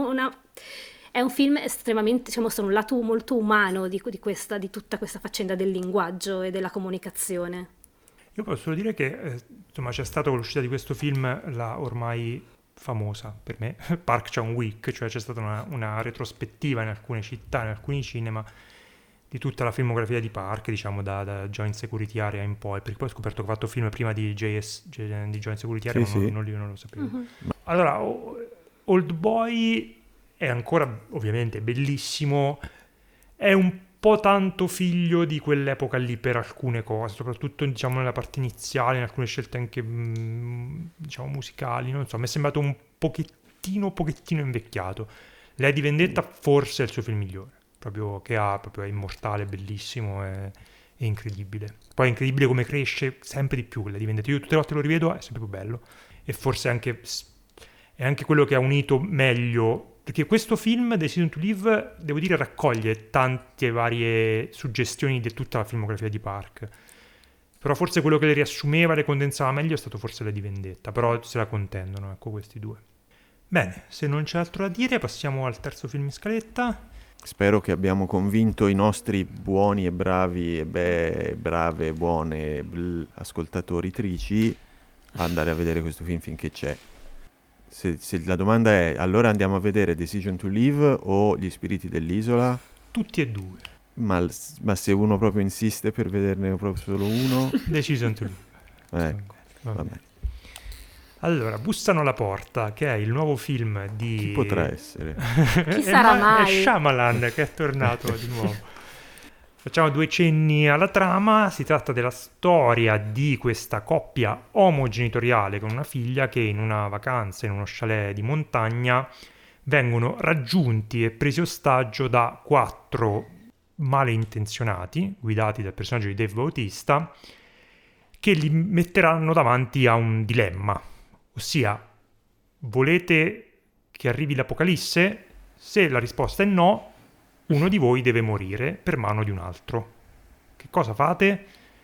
è un film estremamente, cioè, mostra un lato molto umano di tutta questa faccenda del linguaggio e della comunicazione. Io posso solo dire che insomma c'è stata con l'uscita di questo film la ormai famosa per me Park Chan-wook, cioè c'è stata una retrospettiva in alcune città, in alcuni cinema, di tutta la filmografia di Park, diciamo da Joint Security Area in poi, perché poi ho scoperto che ha fatto film prima di Joint Security Area, Sì, ma sì. non lo sapevo. Allora, Old Boy è ancora ovviamente bellissimo, è un po' tanto figlio di quell'epoca lì per alcune cose, soprattutto diciamo nella parte iniziale, in alcune scelte anche diciamo musicali, non so, mi è sembrato un pochettino invecchiato. Lady Vendetta forse è il suo film migliore, proprio è immortale, bellissimo, è incredibile. Poi è incredibile come cresce sempre di più Lady Vendetta. Io tutte le volte lo rivedo, è sempre più bello, e forse è anche quello che ha unito meglio, perché questo film, Decision to Live, devo dire, raccoglie tante varie suggestioni di tutta la filmografia di Park, però forse quello che le riassumeva, le condensava meglio è stato forse Lady Vendetta, però se la contendono, ecco, questi due. Bene, se non c'è altro da dire, passiamo al terzo film in scaletta. Spero che abbiamo convinto i nostri buoni e bravi e brave e buone ascoltatrici a andare a vedere questo film finché c'è. Se la domanda è, allora andiamo a vedere Decision to Live o Gli spiriti dell'isola? Tutti e due. Ma se uno proprio insiste per vederne proprio solo uno? Decision to Live. Va bene. Allora, Bussano alla porta, che è il nuovo film di... Chi potrà essere? Chi sarà mai? È Shyamalan che è tornato di nuovo. Facciamo due cenni alla trama. Si tratta della storia di questa coppia omogenitoriale con una figlia che in una vacanza in uno chalet di montagna vengono raggiunti e presi ostaggio da 4 malintenzionati, guidati dal personaggio di Dave Bautista, che li metteranno davanti a un dilemma. Ossia, volete che arrivi l'apocalisse? Se la risposta è no, uno di voi deve morire per mano di un altro. Che cosa fate?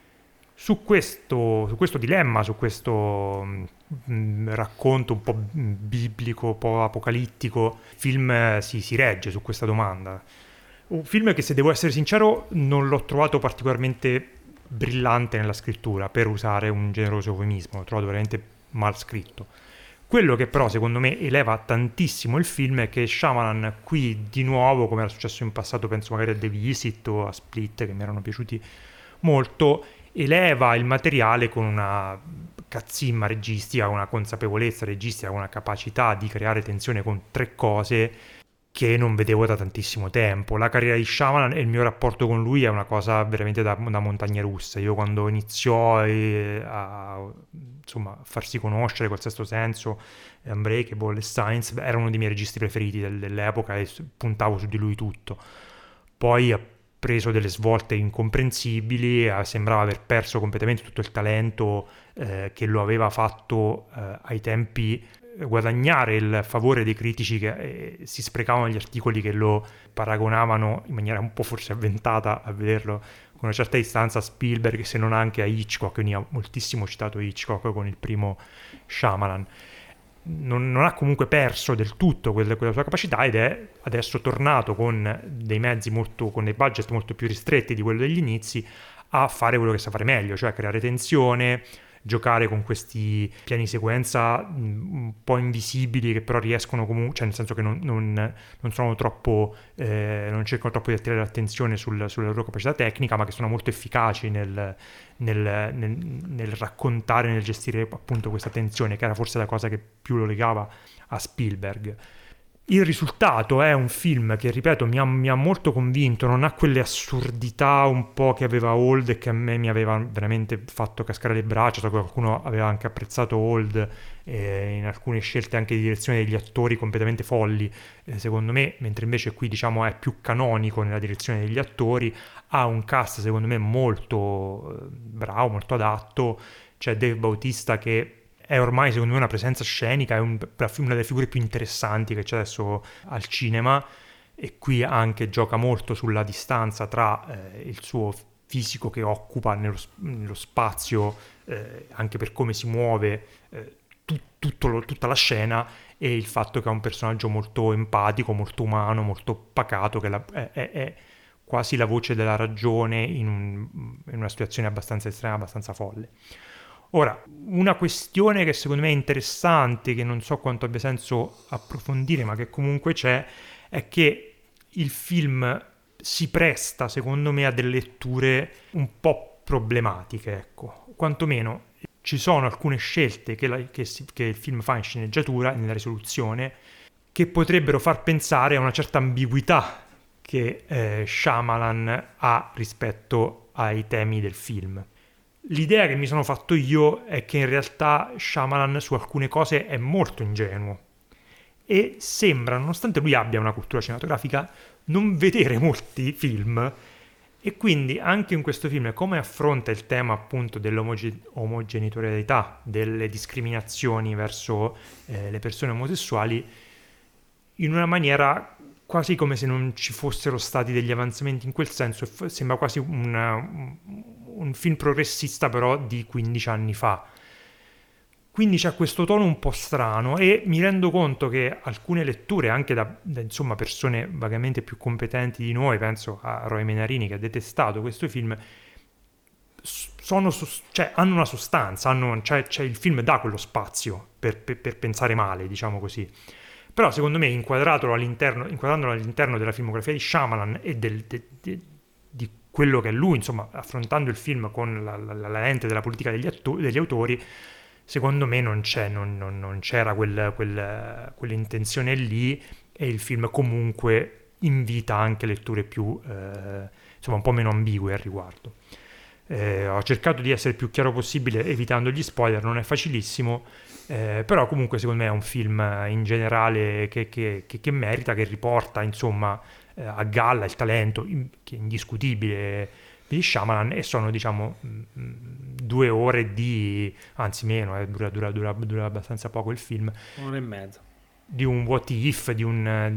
Su questo dilemma, su questo racconto un po' biblico, un po' apocalittico, il film si regge su questa domanda. Un film che, se devo essere sincero, non l'ho trovato particolarmente brillante nella scrittura, per usare un generoso eufemismo, l'ho trovato veramente mal scritto. Quello che però secondo me eleva tantissimo il film è che Shyamalan qui di nuovo, come era successo in passato, penso magari a The Visit o a Split, che mi erano piaciuti molto, eleva il materiale con una cazzimma registica, una consapevolezza registica, una capacità di creare tensione con 3 cose che non vedevo da tantissimo tempo. La carriera di Shyamalan e il mio rapporto con lui è una cosa veramente da montagne russe. Io quando iniziò a farsi conoscere col Sesto Senso, Unbreakable e Signs, era uno dei miei registi preferiti dell'epoca e puntavo su di lui tutto. Poi ha preso delle svolte incomprensibili, sembrava aver perso completamente tutto il talento che lo aveva fatto ai tempi guadagnare il favore dei critici che si sprecavano gli articoli che lo paragonavano in maniera un po' forse avventata, a vederlo con una certa distanza, a Spielberg, se non anche a Hitchcock. Quindi ha moltissimo citato Hitchcock con il primo Shyamalan. Non ha comunque perso del tutto quella sua capacità ed è adesso tornato con dei mezzi con dei budget molto più ristretti di quello degli inizi a fare quello che sa fare meglio, cioè creare tensione, giocare con questi piani sequenza un po' invisibili che però riescono comunque, cioè nel senso che non sono troppo, non cercano troppo di attirare l'attenzione sulla loro capacità tecnica, ma che sono molto efficaci nel raccontare, nel gestire appunto questa tensione, che era forse la cosa che più lo legava a Spielberg. Il risultato è un film che, ripeto, mi ha molto convinto, non ha quelle assurdità un po' che aveva Old e che a me mi aveva veramente fatto cascare le braccia. So che qualcuno aveva anche apprezzato Old in alcune scelte anche di direzione degli attori completamente folli, secondo me, mentre invece qui diciamo è più canonico nella direzione degli attori, ha un cast secondo me molto bravo, molto adatto. C'è Dave Bautista che è ormai secondo me una presenza scenica, è una delle figure più interessanti che c'è adesso al cinema, e qui anche gioca molto sulla distanza tra il suo fisico che occupa nello spazio, anche per come si muove tutta la scena, e il fatto che è un personaggio molto empatico, molto umano, molto pacato, che è quasi la voce della ragione in una situazione abbastanza estrema, abbastanza folle. Ora, una questione che secondo me è interessante, che non so quanto abbia senso approfondire, ma che comunque c'è, è che il film si presta, secondo me, a delle letture un po' problematiche, ecco. Quantomeno ci sono alcune scelte che il film fa in sceneggiatura, nella risoluzione, che potrebbero far pensare a una certa ambiguità che Shyamalan ha rispetto ai temi del film. L'idea che mi sono fatto io è che in realtà Shyamalan su alcune cose è molto ingenuo e sembra, nonostante lui abbia una cultura cinematografica, non vedere molti film, e quindi anche in questo film come affronta il tema appunto dell'omogenitorialità, delle discriminazioni verso le persone omosessuali in una maniera quasi come se non ci fossero stati degli avanzamenti in quel senso. Sembra quasi un film progressista però di 15 anni fa. Quindi c'è questo tono un po' strano e mi rendo conto che alcune letture, anche da insomma persone vagamente più competenti di noi, penso a Roy Menarini che ha detestato questo film, hanno una sostanza, il film dà quello spazio per pensare male, diciamo così. Però secondo me inquadrandolo all'interno della filmografia di Shyamalan e di quello che è lui, insomma, affrontando il film con la lente della politica degli autori, secondo me non c'era quell'intenzione lì, e il film comunque invita anche letture più, insomma, un po' meno ambigue al riguardo. Ho cercato di essere il più chiaro possibile evitando gli spoiler, non è facilissimo, però comunque secondo me è un film in generale che merita, che riporta insomma a galla il talento che è indiscutibile di Shyamalan, e sono 2 ore anzi meno, dura abbastanza poco il film, 1 ora e mezza, di un what if, ai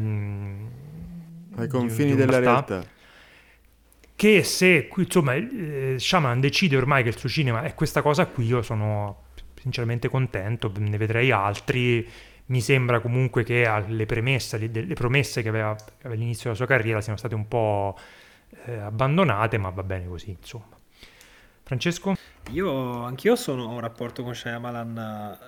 confini della realtà, che se insomma Shyamalan decide ormai che il suo cinema è questa cosa qui, io sono sinceramente contento, ne vedrei altri. Mi sembra comunque che le promesse che aveva all'inizio della sua carriera siano state un po' abbandonate, ma va bene così, insomma. Francesco? Anch'io ho un rapporto con Shyamalan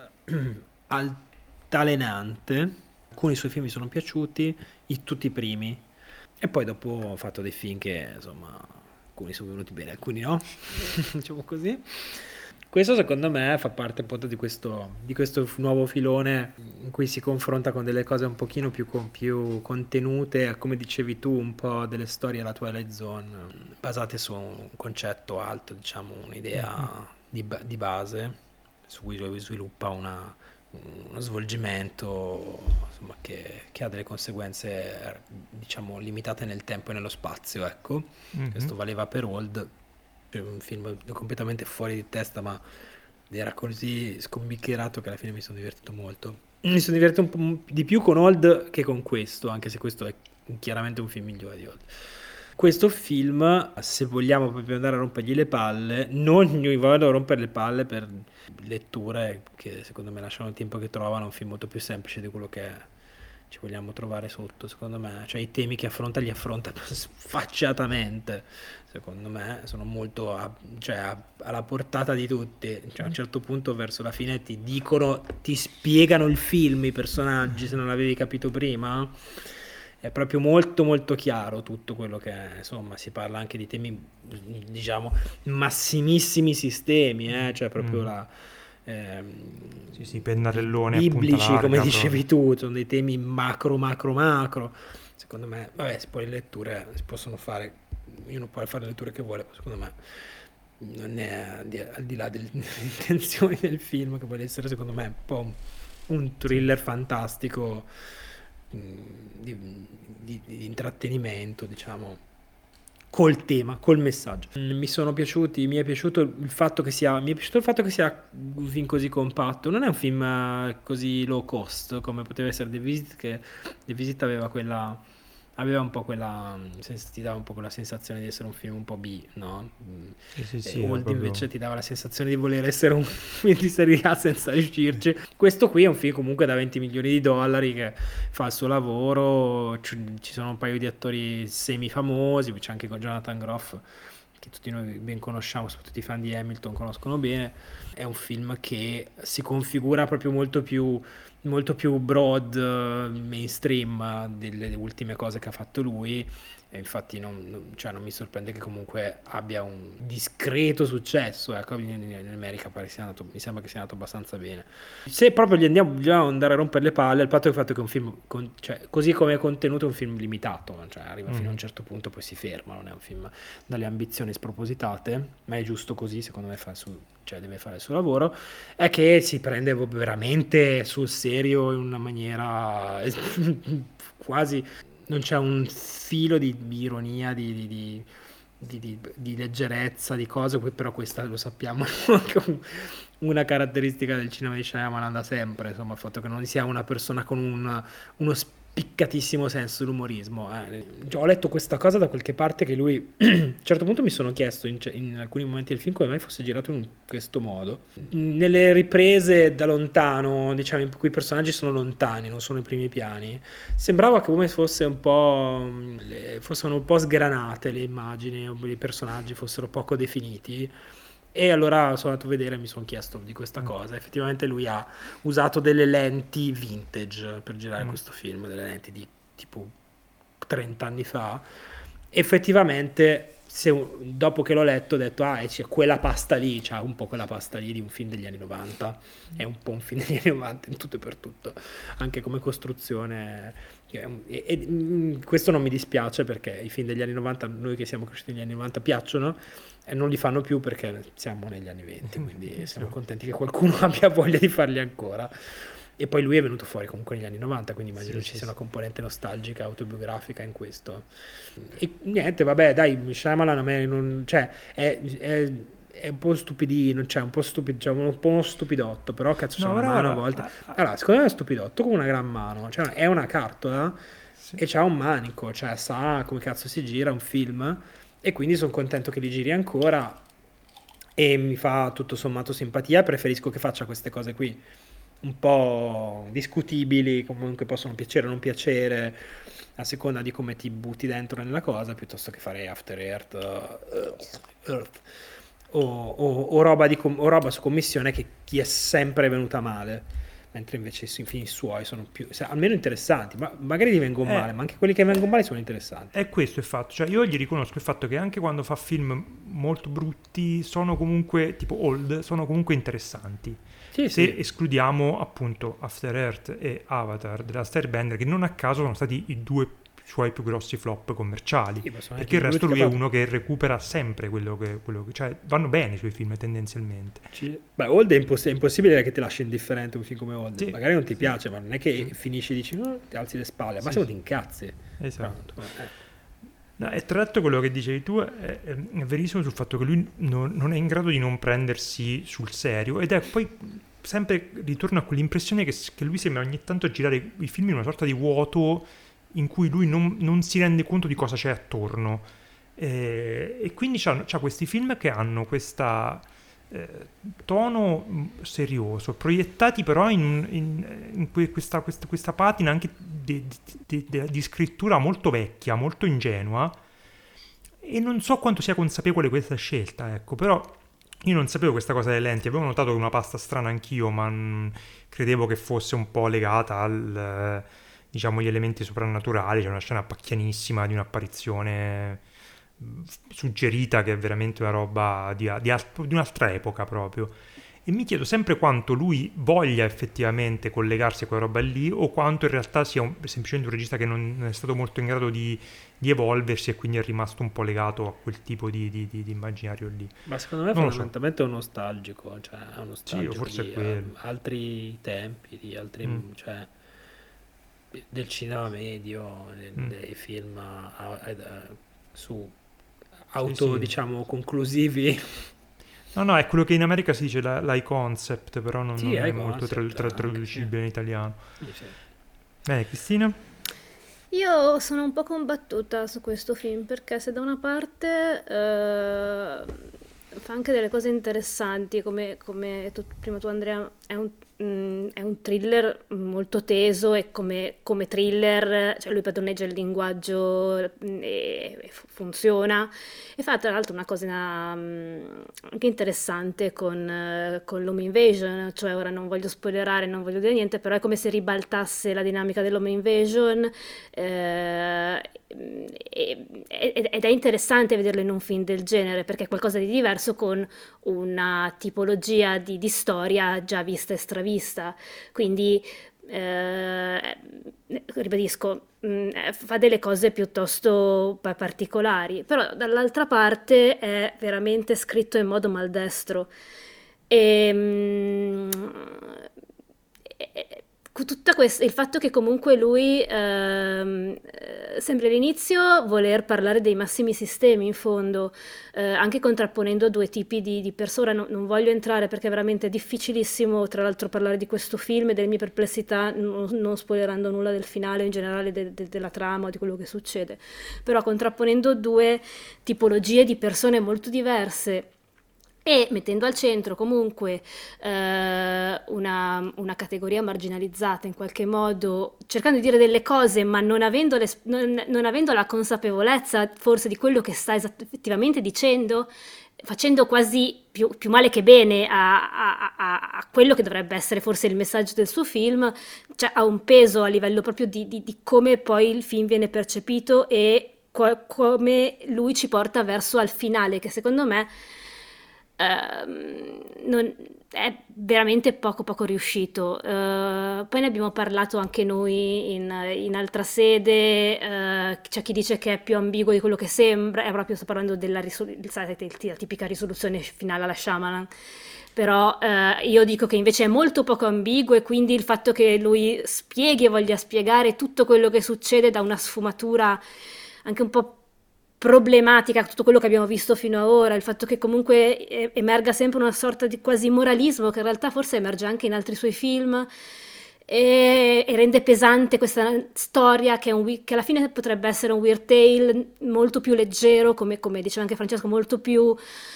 altalenante. Alcuni suoi film mi sono piaciuti, tutti i primi, e poi dopo ho fatto dei film che insomma alcuni sono venuti bene, alcuni no, diciamo così. Questo secondo me fa parte appunto di questo nuovo filone in cui si confronta con delle cose un pochino più contenute, come dicevi tu, un po' delle storie alla Twilight Zone, basate su un concetto alto, diciamo, un'idea di base, su cui sviluppa uno svolgimento, insomma, che ha delle conseguenze, diciamo, limitate nel tempo e nello spazio, ecco. Questo valeva per Old, un film completamente fuori di testa, ma era così scombiccherato che alla fine mi sono divertito molto. Mi sono divertito un po' di più con Old che con questo, anche se questo è chiaramente un film migliore di Old. Questo film, se vogliamo proprio andare a rompergli le palle, non gli vado a rompere le palle per letture che secondo me lasciano il tempo che trovano, un film molto più semplice di quello che ci vogliamo trovare sotto, secondo me. Cioè i temi che affronta li affronta sfacciatamente, secondo me sono molto alla portata di tutti. Cioè, a un certo punto verso la fine ti spiegano il film, i personaggi, se non l'avevi capito prima. È proprio molto molto chiaro tutto quello che è, insomma, si parla anche di temi, diciamo, massimissimi sistemi, cioè proprio pennarellone biblici, come dicevi tu, sono dei temi macro. Secondo me, vabbè, poi le letture si possono fare, uno può fare le letture che vuole, ma secondo me non è al di là delle intenzioni del film, che vuole essere, secondo me, un po' un thriller fantastico di intrattenimento, diciamo, col tema, col messaggio. Mi è piaciuto il fatto che sia un film così compatto. Non è un film così low cost come poteva essere The Visit, che The Visit aveva aveva un po' quella, ti dava un po' quella sensazione di essere un film un po' B, no? Sì, Old proprio... invece ti dava la sensazione di voler essere un film di serie A senza riuscirci. Questo qui è un film comunque da 20 milioni di dollari che fa il suo lavoro, ci sono un paio di attori semifamosi, c'è anche Jonathan Groff, che tutti noi ben conosciamo, soprattutto i fan di Hamilton conoscono bene. È un film che si configura proprio molto più broad, mainstream delle ultime cose che ha fatto lui, e infatti cioè non mi sorprende che comunque abbia un discreto successo, ecco. In America mi sembra che sia andato abbastanza bene. Se proprio vogliamo andare a rompere le palle, il fatto che è un film cioè, così come è contenuto, è un film limitato, cioè arriva fino a un certo punto, poi si ferma, non è un film dalle ambizioni spropositate, ma è giusto così, secondo me cioè deve fare il suo lavoro, è che si prende veramente sul serio in una maniera quasi, non c'è un filo di ironia, di leggerezza, di cose, però questa lo sappiamo, una caratteristica del cinema di Shyamalan da sempre, insomma, il fatto che non sia una persona con uno spiccatissimo senso dell'umorismo. Ho letto questa cosa da qualche parte, che lui a un certo punto mi sono chiesto in alcuni momenti del film come mai fosse girato in questo modo. Nelle riprese da lontano, diciamo, in cui i personaggi sono lontani, non sono i primi piani, sembrava come fossero un po' sgranate le immagini, i personaggi fossero poco definiti. E allora sono andato a vedere e mi sono chiesto di questa cosa. Effettivamente lui ha usato delle lenti vintage per girare questo film, delle lenti di tipo 30 anni fa. Effettivamente, dopo che l'ho letto, ho detto, c'è quella pasta lì, c'ha un po' quella pasta lì di un film degli anni 90. È un po' un film degli anni 90 in tutto e per tutto, anche come costruzione. E questo non mi dispiace, perché i film degli anni 90, noi che siamo cresciuti negli anni 90, piacciono, e non li fanno più perché siamo negli anni 20, quindi siamo contenti che qualcuno abbia voglia di farli ancora. E poi lui è venuto fuori comunque negli anni 90, quindi immagino ci sia una componente nostalgica, autobiografica in questo. E niente, vabbè, dai, Shyamalan a me non, cioè, è un po' stupidino, cioè un po' uno stupidotto, però cazzo, c'è una mano a volte. Allora, secondo me è stupidotto come una gran mano, cioè è una cartola e c'ha un manico, cioè sa come cazzo si gira un film, e quindi sono contento che li giri ancora e mi fa tutto sommato simpatia. Preferisco che faccia queste cose qui un po' discutibili, comunque possono piacere o non piacere a seconda di come ti butti dentro nella cosa, piuttosto che fare After Earth o roba su commissione che ti è sempre venuta male, mentre invece i film suoi sono più, almeno interessanti, ma magari ti vengono male, ma anche quelli che vengono male sono interessanti. È questo il fatto, cioè io gli riconosco il fatto che anche quando fa film molto brutti sono comunque, tipo Old, sono comunque interessanti. Se escludiamo appunto After Earth e Avatar della Stairbender, che non a caso sono stati i due suoi più grossi flop commerciali, perché il resto lui è uno che recupera sempre quello che cioè vanno bene i suoi film tendenzialmente. Beh, Old è impossibile che ti lasci indifferente un film come Old, magari non ti piace, ma non è che finisci e dici ti alzi le spalle, ma se no ti incazzi. Esatto. No, e tra l'altro quello che dicevi tu è verissimo sul fatto che lui non è in grado di non prendersi sul serio, ed è poi sempre ritorno a quell'impressione che lui sembra ogni tanto girare i film in una sorta di vuoto in cui lui non si rende conto di cosa c'è attorno, e quindi c'ha questi film che hanno questa tono serioso, proiettati però in questa patina anche di scrittura molto vecchia, molto ingenua, e non so quanto sia consapevole questa scelta, ecco. Però io non sapevo questa cosa delle lenti, avevo notato una pasta strana anch'io, ma credevo che fosse un po' legata al, diciamo, gli elementi soprannaturali. C'è una scena pacchianissima di un'apparizione suggerita che è veramente una roba di un'altra epoca proprio, e mi chiedo sempre quanto lui voglia effettivamente collegarsi a quella roba lì, o quanto in realtà sia semplicemente un regista che non è stato molto in grado di evolversi e quindi è rimasto un po' legato a quel tipo di immaginario lì. Ma secondo me fondamentalmente è un nostalgico, cioè è un nostalgico forse di altri tempi, di altri cioè del cinema medio, dei film su auto, diciamo, conclusivi. No, è quello che in America si dice l'high concept, però non è molto traducibile in italiano. Bene, Cristina? Io sono un po' combattuta su questo film perché se da una parte fa anche delle cose interessanti, come prima tu Andrea, è un thriller molto teso e come thriller, cioè lui padroneggia il linguaggio e funziona. E fa tra l'altro una cosa anche interessante con l'Home Invasion, cioè ora non voglio spoilerare, non voglio dire niente, però è come se ribaltasse la dinamica dell'Home Invasion, ed è interessante vederlo in un film del genere perché è qualcosa di diverso con una tipologia di storia già vista e stravista. Quindi ribadisco, fa delle cose piuttosto particolari, però dall'altra parte è veramente scritto in modo maldestro. E, il fatto che comunque lui sembra all'inizio voler parlare dei massimi sistemi in fondo, anche contrapponendo due tipi di persone. Non voglio entrare perché è veramente difficilissimo tra l'altro parlare di questo film e delle mie perplessità, non spoilerando nulla del finale, in generale della trama o di quello che succede, però contrapponendo due tipologie di persone molto diverse e mettendo al centro comunque una categoria marginalizzata in qualche modo, cercando di dire delle cose ma non avendo la consapevolezza forse di quello che sta effettivamente dicendo, facendo quasi più male che bene a quello che dovrebbe essere forse il messaggio del suo film, cioè ha un peso a livello proprio di come poi il film viene percepito e come lui ci porta verso al finale, che secondo me è veramente poco riuscito. Poi ne abbiamo parlato anche noi in altra sede, c'è chi dice che è più ambiguo di quello che sembra, è proprio, sto parlando della la tipica risoluzione finale alla Shyamalan, però io dico che invece è molto poco ambiguo e quindi il fatto che lui spieghi e voglia spiegare tutto quello che succede dà una sfumatura anche un po' problematica, tutto quello che abbiamo visto fino ad ora, il fatto che comunque emerga sempre una sorta di quasi moralismo che in realtà forse emerge anche in altri suoi film e rende pesante questa storia che alla fine potrebbe essere un weird tale molto più leggero, come diceva anche Francesco, molto più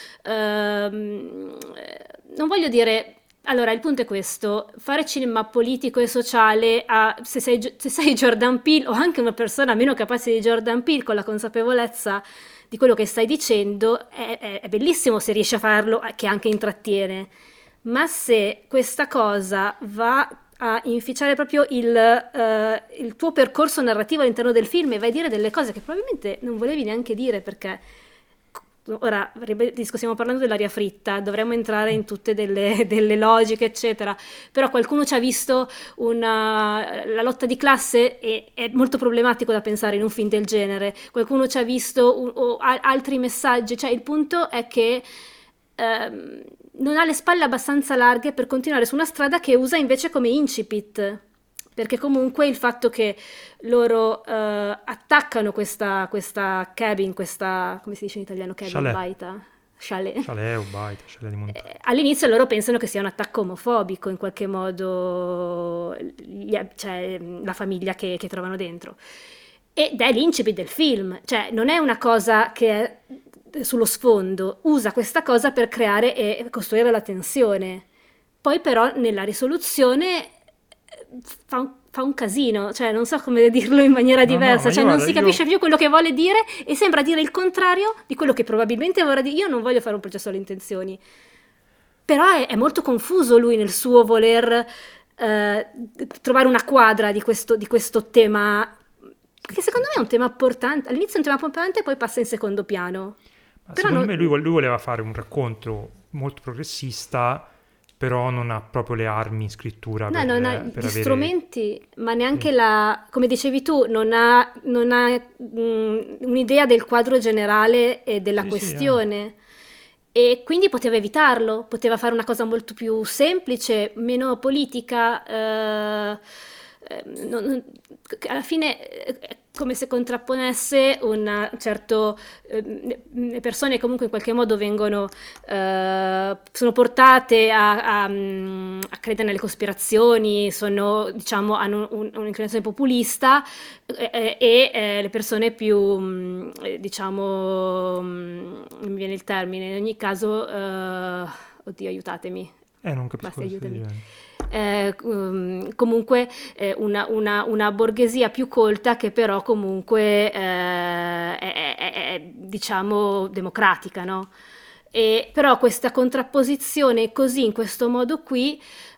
non voglio dire. Allora, il punto è questo: fare cinema politico e sociale, se sei Jordan Peele o anche una persona meno capace di Jordan Peele con la consapevolezza di quello che stai dicendo, è bellissimo se riesci a farlo, che anche intrattiene, ma se questa cosa va a inficiare proprio il tuo percorso narrativo all'interno del film e vai a dire delle cose che probabilmente non volevi neanche dire, perché ora, ribadisco, stiamo parlando dell'aria fritta, dovremmo entrare in tutte delle logiche, eccetera, però qualcuno ci ha visto la lotta di classe e è molto problematico da pensare in un film del genere, qualcuno ci ha visto altri messaggi, cioè il punto è che non ha le spalle abbastanza larghe per continuare su una strada che usa invece come incipit, perché comunque il fatto che loro attaccano questa cabin, questa, come si dice in italiano, cabin, Chalet. baita, chalet. Chalet o baita, chalet di montagna. All'inizio loro pensano che sia un attacco omofobico in qualche modo, cioè la famiglia che trovano dentro. Ed è l'incipit del film, cioè non è una cosa che è sullo sfondo, usa questa cosa per creare e costruire la tensione. Poi però nella risoluzione fa un casino, cioè non so come dirlo in maniera diversa, cioè non si capisce più quello che vuole dire e sembra dire il contrario di quello che probabilmente vorrà dire. Io non voglio fare un processo alle intenzioni, però è molto confuso lui nel suo voler trovare una quadra di questo tema, che secondo me è un tema importante, all'inizio è un tema importante e poi passa in secondo piano. Però secondo me lui voleva fare un racconto molto progressista, però non ha proprio le armi in scrittura non ha gli strumenti, ma neanche come dicevi tu, non ha un'idea del quadro generale e della questione. E quindi poteva evitarlo, poteva fare una cosa molto più semplice, meno politica, alla fine è come se contrapponesse un certo le persone comunque in qualche modo vengono sono portate a credere nelle cospirazioni, sono, diciamo, hanno un'inclinazione populista, e le persone più diciamo non mi viene il termine, in ogni caso oddio, aiutatemi. Non capisco. Basta, aiutami. Comunque una borghesia più colta che però comunque è, diciamo, democratica, no? E però questa contrapposizione così, in questo modo qui,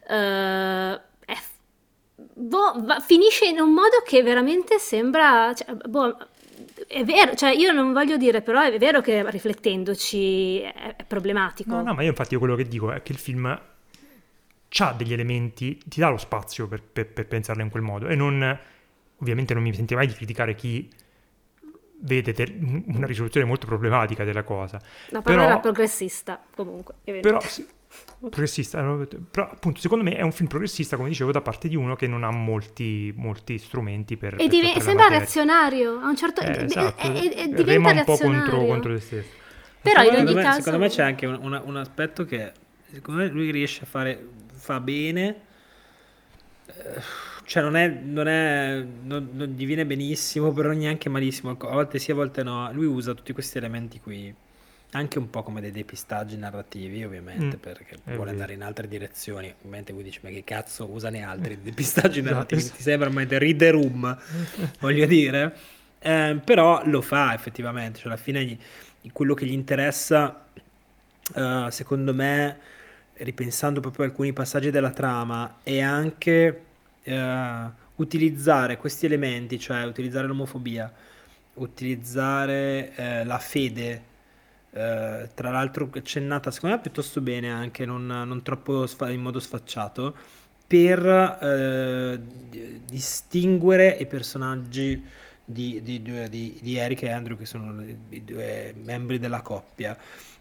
finisce in un modo che veramente sembra... Cioè, è vero, cioè io non voglio dire, però è vero che riflettendoci è problematico. No, ma io infatti quello che dico è che il film c'ha degli elementi, ti dà lo spazio per pensarla in quel modo, e ovviamente non mi sento mai di criticare chi vede una risoluzione molto problematica della cosa. No, però era progressista comunque. Però progressista, però appunto secondo me è un film progressista, come dicevo, da parte di uno che non ha molti strumenti per sembra reazionario a un certo esatto, e diventa rema un po' reazionario contro se stesso. Però in ogni caso secondo me c'è anche un aspetto che secondo me lui riesce fa bene, cioè non gli viene benissimo, però neanche malissimo, a volte sì, a volte no. Lui usa tutti questi elementi qui anche un po' come dei depistaggi narrativi, ovviamente, perché vuole andare in altre direzioni. Ovviamente voi dici, ma che cazzo usane altri depistaggi narrativi? Ti sembra Read the Room, voglio dire, però lo fa effettivamente, cioè alla fine quello che gli interessa, secondo me, ripensando proprio a alcuni passaggi della trama, è anche utilizzare questi elementi, cioè utilizzare l'omofobia, utilizzare la fede, tra l'altro accennata secondo me piuttosto bene, anche non troppo in modo sfacciato, per distinguere i personaggi di Eric e Andrew, che sono i due membri della coppia.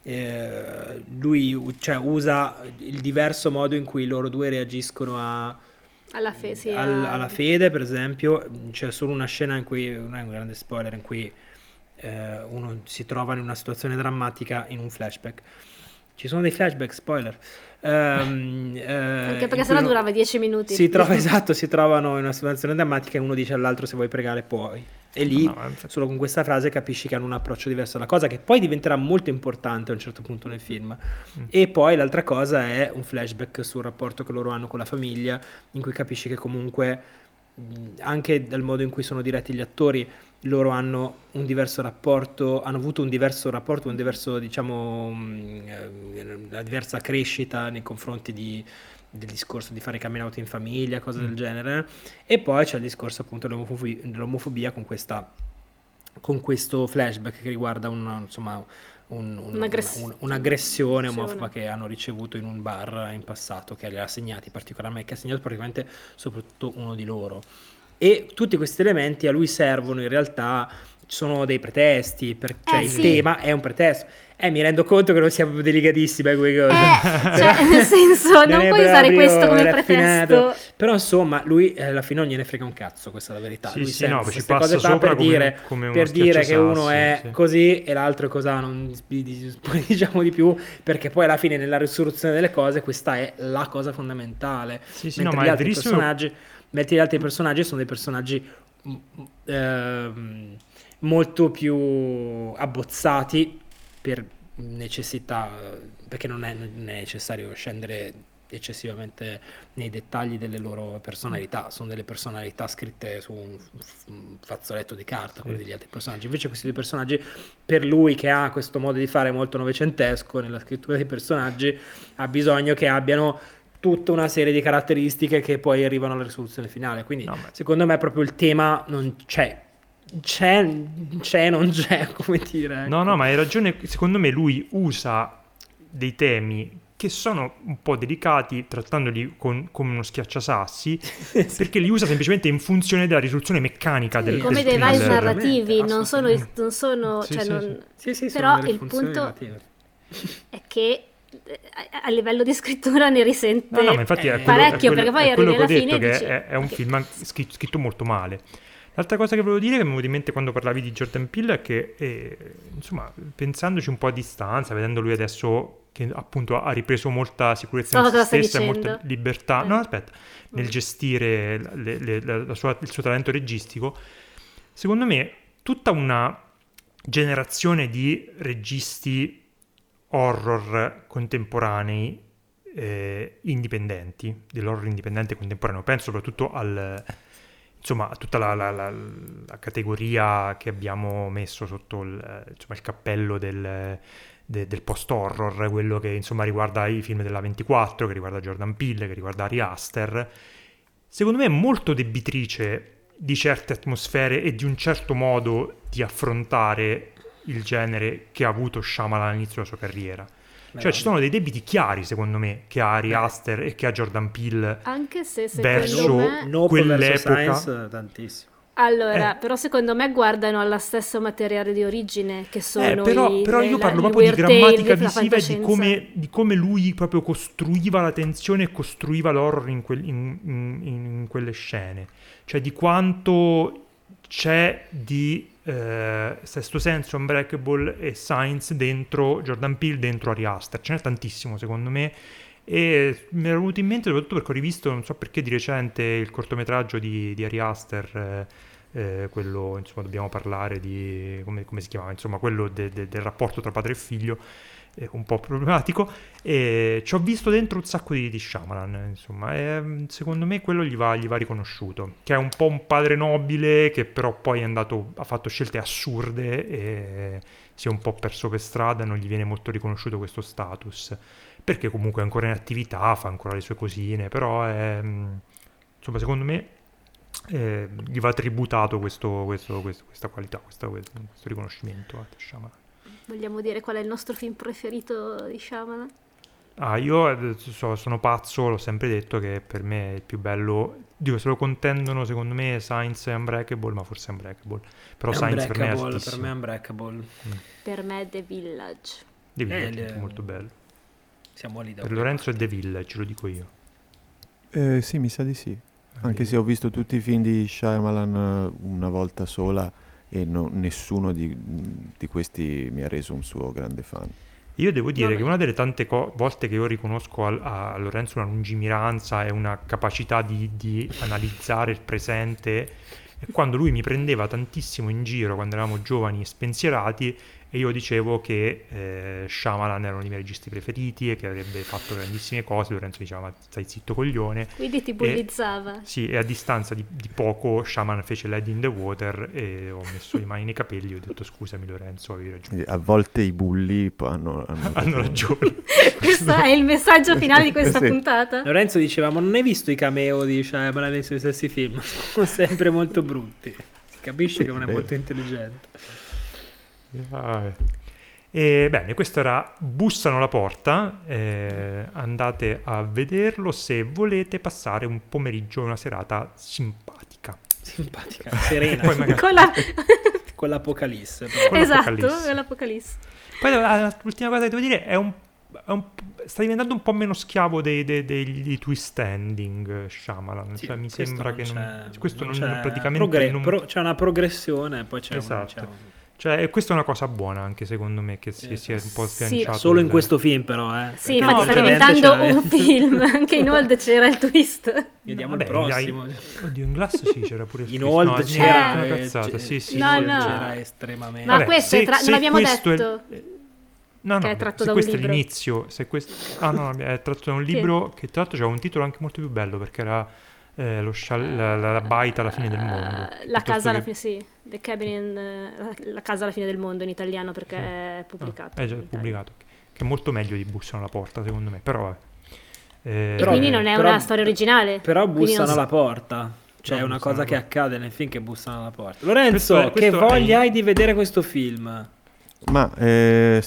Lui, cioè, usa il diverso modo in cui loro due reagiscono alla fede, per esempio. C'è solo una scena in cui, non è un grande spoiler, in cui uno si trova in una situazione drammatica in un flashback. Ci sono dei flashback, spoiler. Anche perché sennò durava 10 minuti. Si trovano in una situazione drammatica e uno dice all'altro: se vuoi pregare puoi. E lì, solo con questa frase, capisci che hanno un approccio diverso alla cosa, che poi diventerà molto importante a un certo punto nel film. E poi l'altra cosa è un flashback sul rapporto che loro hanno con la famiglia, in cui capisci che comunque, anche dal modo in cui sono diretti gli attori, loro hanno un diverso rapporto, hanno avuto un diverso rapporto, un diverso, diciamo, una diversa crescita nei confronti del discorso di fare coming out in famiglia, cose del genere. E poi c'è il discorso appunto dell'omofobia con questo flashback che riguarda un'aggressione omofoba che hanno ricevuto in un bar in passato, che li ha segnati particolarmente, che ha segnato praticamente soprattutto uno di loro. E tutti questi elementi a lui servono, in realtà sono dei pretesti, perché il tema è un pretesto. Mi rendo conto che non sia proprio delicatissima quelle cose. Cioè, nel senso, non puoi usare questo come pretesto. Però insomma, lui alla fine non gliene frega un cazzo, questa è la verità. Lui ci passa cose sopra per dire che uno è così e l'altro è cosa, non diciamo di più, perché poi alla fine nella risoluzione delle cose questa è la cosa fondamentale. Mentre gli altri personaggi sono dei personaggi molto più abbozzati per necessità, perché non è necessario scendere eccessivamente nei dettagli delle loro personalità, sono delle personalità scritte su un fazzoletto di carta, quelli degli altri personaggi. Invece questi due personaggi, per lui che ha questo modo di fare molto novecentesco nella scrittura dei personaggi, ha bisogno che abbiano tutta una serie di caratteristiche che poi arrivano alla risoluzione finale. Quindi secondo me proprio il tema non c'è, non c'è, come dire. No, ma hai ragione. Secondo me lui usa dei temi che sono un po' delicati, trattandoli come uno schiacciasassi, perché li usa semplicemente in funzione della risoluzione meccanica del come dei device narrativi, non sono però il punto è che a livello di scrittura ne risente No, ma infatti è parecchio, perché poi è quello arrivi che ho alla fine detto, e che dici... è un film scritto molto male. L'altra cosa che volevo dire, che mi è venuto in mente quando parlavi di Jordan Peele, è che, insomma, pensandoci un po' a distanza, vedendo lui adesso che appunto ha ripreso molta sicurezza in So se cosa stai stessa e dicendo. molta libertà, no aspetta, nel gestire il suo talento registico, secondo me tutta una generazione di registi horror contemporanei indipendenti, dell'horror indipendente contemporaneo, penso soprattutto insomma, a tutta la categoria che abbiamo messo sotto il cappello del post-horror, quello che insomma riguarda i film della 24, che riguarda Jordan Peele, che riguarda Ari Aster, secondo me è molto debitrice di certe atmosfere e di un certo modo di affrontare il genere che ha avuto Shyamalan all'inizio della sua carriera. Cioè ci sono dei debiti chiari, secondo me, che ha Ari Aster e che ha Jordan Peele Anche se verso secondo me... Nope verso quell'epoca. Science, tantissimo. Allora, però secondo me guardano alla stessa materiale di origine, che sono però io parlo i proprio di weird tale, grammatica la visiva e fantascienza. di come lui proprio costruiva la tensione e costruiva l'horror in quelle scene. Cioè di quanto c'è di Sesto Senso, Unbreakable e Signs dentro Jordan Peele, dentro Ari Aster. Ce n'è tantissimo, secondo me. E mi era venuto in mente soprattutto perché ho rivisto, non so perché, di recente il cortometraggio di Ari Aster, quello, insomma, dobbiamo parlare di come si chiamava, insomma, quello del rapporto tra padre e figlio, un po' problematico, e ci ho visto dentro un sacco di Shyamalan, insomma, e secondo me quello gli va riconosciuto, che è un po' un padre nobile che però poi ha fatto scelte assurde e si è un po' perso per strada e non gli viene molto riconosciuto questo status, perché comunque è ancora in attività, fa ancora le sue cosine, però insomma, secondo me gli va tributato questa qualità, questo riconoscimento a Shyamalan. Vogliamo dire qual è il nostro film preferito di Shyamalan? Io sono pazzo, l'ho sempre detto che per me è il più bello. Dico, se lo contendono secondo me Signs e Unbreakable, ma forse Unbreakable. Però Signs per me è altissimo. Per me è Unbreakable. Per me è The Village. The Village è molto bello. Siamo lì da Per Lorenzo è The Village, lo dico io. Sì, mi sa di sì. Anche se ho visto tutti i film di Shyamalan una volta sola e nessuno di questi mi ha reso un suo grande fan. Io devo dire che una delle tante volte che io riconosco a Lorenzo una lungimiranza e una capacità di analizzare il presente è quando lui mi prendeva tantissimo in giro quando eravamo giovani e spensierati e io dicevo che Shyamalan era uno dei miei registi preferiti e che avrebbe fatto grandissime cose. Lorenzo diceva: ma stai zitto coglione. Quindi ti bullizzava. Sì, e a distanza di poco Shyamalan fece Lady in the Water e ho messo le mani nei capelli e ho detto: scusami Lorenzo, avevi ragione. A volte i bulli hanno ragione. Questo è il messaggio finale di questa Sì. puntata. Lorenzo diceva: ma non hai visto i cameo di Shyamalan nei suoi stessi film? Sono sempre molto brutti. Si capisce che non è molto intelligente. Bene, questo era Bussano alla porta, andate a vederlo se volete passare un pomeriggio, una serata simpatica, Serena, poi magari... Con la... con l'Apocalisse. Con Esatto, l'Apocalisse. con l'Apocalisse. Poi l'ultima cosa che devo dire è sta diventando un po' meno schiavo dei twist ending Shyamalan, Sì, cioè mi questo sembra non che c'è- questo non non c'è praticamente c'è una progressione, poi c'è esatto. Cioè, questa è una cosa buona anche secondo me, che si è un po' Sì. sganciato. solo in questo film però, Sì, perché infatti il sta precedente diventando un c'era- film. Anche in Old c'era il twist. Vediamo Vabbè, il prossimo. Oddio, in Glass sì, c'era pure il In twist. Old No, c'era, una cazzata, sì, sì. No, sì, no. c'era estremamente. Ma questo non l'abbiamo questo detto. No, Che no, è tratto se da un questo è libro. l'inizio, se questo... Ah no, è tratto da un libro che tra l'altro c'era un titolo anche molto più bello perché era la baita alla fine del mondo. La casa alla che... fine, sì. The Cabin la casa alla fine del mondo in italiano perché è pubblicato. è già in Italia. pubblicato, che è molto meglio di Bussano alla porta secondo me, però vabbè. E Però- quindi non è però- una storia originale. Però Quindi bussano non so- alla porta. Cioè, è No, una bussano cosa alla che porta. accade nel film, che bussano alla porta. Lorenzo, Questo che è- voglia hai di vedere questo film? Ma 6.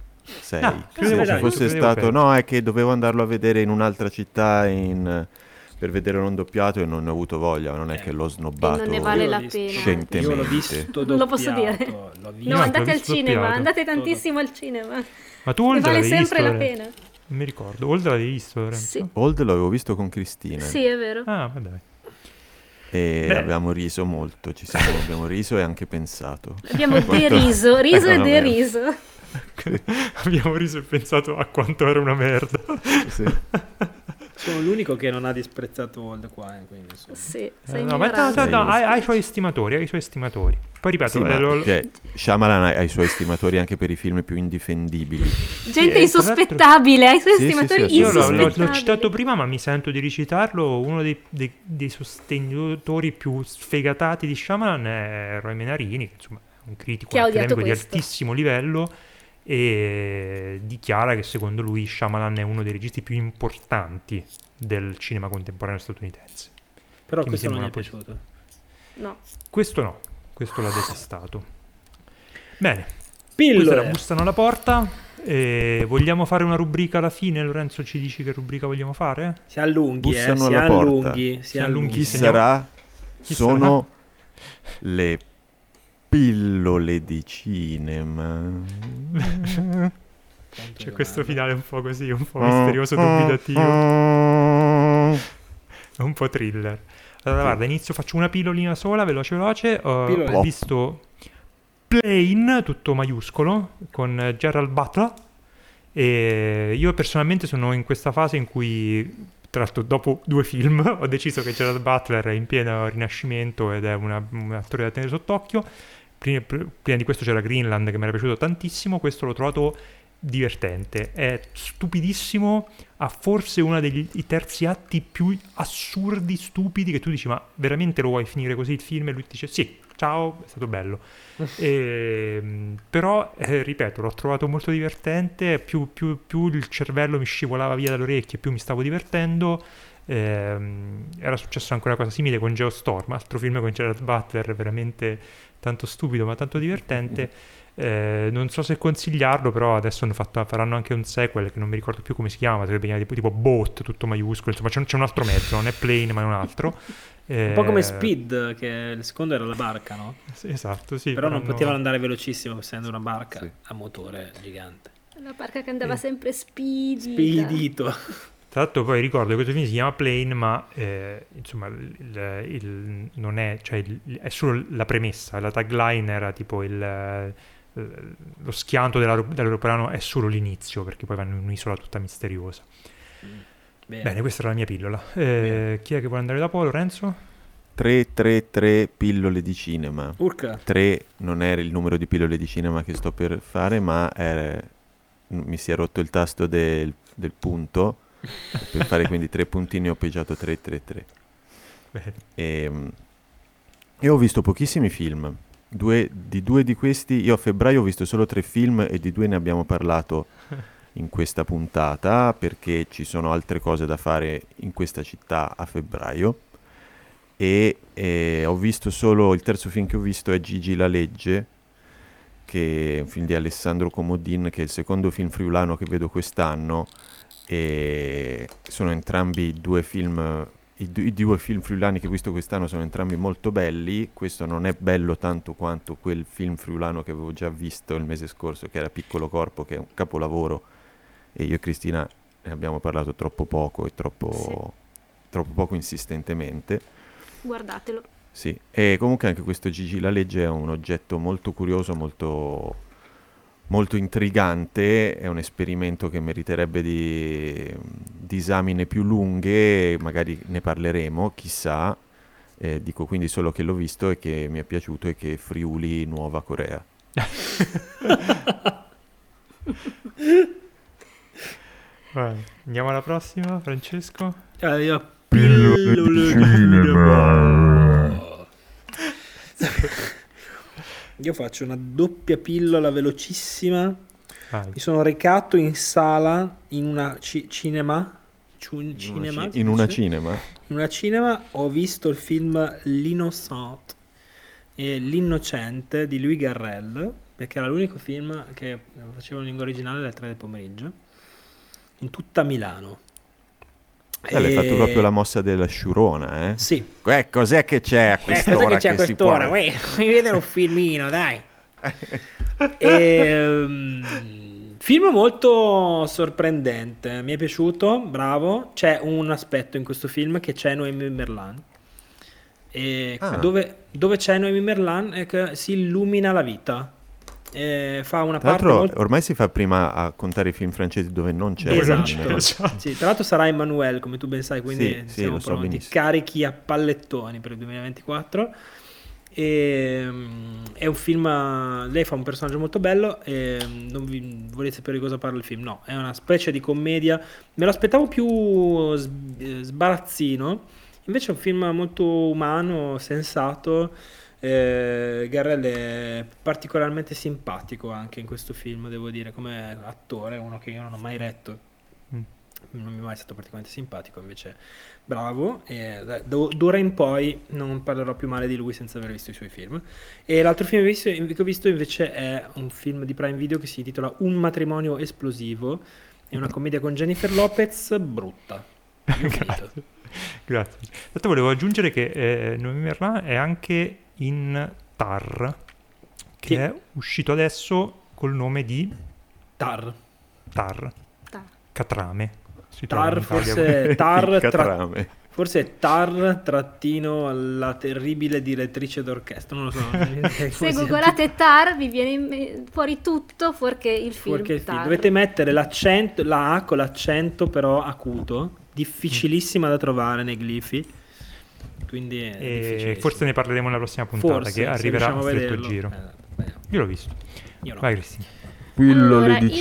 Ah, Se credevo fosse peggio. stato, no, è che dovevo andarlo a vedere in un'altra città, per vedere non doppiato e non ne ho avuto voglia, non è che l'ho snobbato E non ne vale Io la l'ho visto. pena. scientemente. Io l'ho visto Non lo posso dire. doppiato, l'ho visto. No, Io andate l'ho al visto cinema, doppiato. andate tantissimo al cinema. Ma tu Ne Old vale l'avevi sempre visto? la pena. Non mi ricordo. Old l'avevi visto, Lorenzo? Sì. Old l'avevo visto con Cristina Sì, è vero. Ah, ma dai. e Beh. abbiamo riso molto, abbiamo riso e anche pensato. Abbiamo Quanto- riso e No, deriso. Abbiamo riso e pensato a quanto era una merda. Sì. Sono l'unico che non ha disprezzato Old qua, quindi insomma. Sì, sei No, ma ignorante. ha i suoi estimatori. Poi ripeto, Sì, ma, cioè, Shyamalan ha i suoi estimatori anche per i film più indifendibili. Gente Sì, insospettabile, hai i suoi Sì, sì, estimatori sì, io insospettabili. l'ho citato prima, ma mi sento di ricitarlo. Uno dei sostenitori più sfegatati di Shyamalan è Roy Menarini, che insomma è un critico Che ha odiato accademico di questo. altissimo livello e dichiara che secondo lui Shyamalan è uno dei registi più importanti del cinema contemporaneo statunitense. Però Che mi questo non mi è sembra piaciuto. No. Questo no, questo l'ha detestato. Bene, questa era Pillole. Bussano alla porta. Vogliamo fare una rubrica alla fine? Lorenzo, ci dici che rubrica vogliamo fare? Si allunghi, Bussano si alla porta. allunghi, si Si allunghi. allunghi. Chi Segniamo. sarà? Chi Sono le pillole di cinema. C'è questo finale un po' così, un po' misterioso, dubitativo, un po' thriller. Allora, guarda, inizio, faccio una pillolina sola, veloce. Pillole. Ho visto Plane, tutto maiuscolo, con Gerald Butler. E io personalmente sono in questa fase in cui, tra l'altro, dopo 2 film, ho deciso che Gerald Butler è in pieno rinascimento ed è un attore da tenere sott'occhio. Prima di questo c'era Greenland che mi era piaciuto tantissimo, questo l'ho trovato divertente, è stupidissimo, ha forse uno dei terzi atti più assurdi, stupidi, che tu dici ma veramente lo vuoi finire così il film? E lui ti dice sì, ciao, è stato bello. Però ripeto, l'ho trovato molto divertente, più il cervello mi scivolava via dalle orecchie, più mi stavo divertendo. Era successo anche una cosa simile con Geostorm, altro film con Gerard Butler, veramente tanto stupido ma tanto divertente. Non so se consigliarlo, però adesso faranno anche un sequel che non mi ricordo più come si chiama, sarebbe tipo Boat, tutto maiuscolo, insomma c'è un altro mezzo, non è Plane ma è un altro. Un po' come Speed, che il secondo era la barca, no? Sì, esatto, sì. Però non faranno- potevano andare velocissimo essendo una barca Sì. a motore gigante. La barca che andava sempre spedita. Spedito. Tra l'altro poi ricordo che questo film si chiama Plane, ma insomma non è, cioè è solo la premessa, la tagline era tipo lo schianto dell'aeroplano è solo l'inizio, perché poi vanno in un'isola tutta misteriosa. Bene, questa era la mia pillola. Bene. Chi è che vuole andare dopo? Lorenzo? 3 pillole di cinema. Urca. 3 non era il numero di pillole di cinema che sto per fare, ma mi si è rotto il tasto del punto. Per fare quindi 3 puntini ho pigiato 3. Bene. E ho visto pochissimi film. Due di questi, io a febbraio ho visto solo 3 film e di 2 ne abbiamo parlato in questa puntata perché ci sono altre cose da fare in questa città a febbraio. E ho visto solo, il terzo film che ho visto è Gigi la legge, che è un film di Alessandro Comodin, che è il secondo film friulano che vedo quest'anno, e sono entrambi due film, i due film friulani che ho visto quest'anno sono entrambi molto belli. Questo non è bello tanto quanto quel film friulano che avevo già visto il mese scorso, che era Piccolo Corpo, che è un capolavoro, e io e Cristina ne abbiamo parlato troppo poco e troppo poco insistentemente. Guardatelo. Sì, e comunque anche questo Gigi la legge è un oggetto molto curioso, molto, molto intrigante, è un esperimento che meriterebbe di disamine più lunghe, magari ne parleremo, chissà. Dico quindi solo che l'ho visto e che mi è piaciuto e che Friuli Nuova Corea. Vai, andiamo alla prossima, Francesco. Io Pillole di cinema. Io faccio una doppia pillola velocissima. Vai. Mi sono recato in sala in una cinema. Cinema? In una cinema? In una cinema ho visto il film L'Innocent e L'Innocente di Louis Garrel, perché era l'unico film che facevo in lingua originale alle 3 del pomeriggio in tutta Milano. L'hai fatto proprio la mossa della sciurona, eh? Sì. Cos'è che c'è a quest'ora Cos'è che c'è a si può... quest'ora? Vuoi vedere un filmino, dai. Film molto sorprendente, mi è piaciuto, bravo. C'è un aspetto in questo film che c'è Noémie Merlan. E dove c'è Noémie Merlan è che si illumina la vita. Fa una Tra parte l'altro molto... ormai si fa prima a contare i film francesi dove non c'è Esatto. Merlan. Sì, tra l'altro sarà Emmanuel, come tu ben sai, quindi Sì, siamo lo so pronti, benissimo. carichi a pallettoni per il 2024. E, è un film, lei fa un personaggio molto bello e non volete sapere di cosa parla il film? No, è una specie di commedia, me lo aspettavo più sbarazzino, invece è un film molto umano, sensato. Garrel è particolarmente simpatico anche in questo film, devo dire, come attore, uno che io non ho mai retto, non mi è mai stato particolarmente simpatico, invece bravo, e d'ora in poi non parlerò più male di lui senza aver visto i suoi film. E l'altro film che ho visto invece è un film di Prime Video che si intitola Un matrimonio esplosivo, è una commedia con Jennifer Lopez brutta. Grazie. Tanto volevo aggiungere che Noémie Merlan è anche in Tar, che Sì. è uscito adesso col nome di Tar. Catrame. Si trova Tar, in Italia forse Tar, Catrame. forse è Tar trattino la terribile direttrice d'orchestra, non lo so. Se googolate Tar vi viene fuori tutto fuorché il film Fuorché il film. Tar. Dovete mettere l'accento, la A con l'accento però acuto, difficilissima da trovare nei glifi. Quindi è E difficilissimo. forse ne parleremo nella prossima puntata, Forse, che se arriverà a riusciamo a stretto vederlo. giro. Vediamo. Io l'ho visto. Io no. Vai Cristina. Allora, Pillole di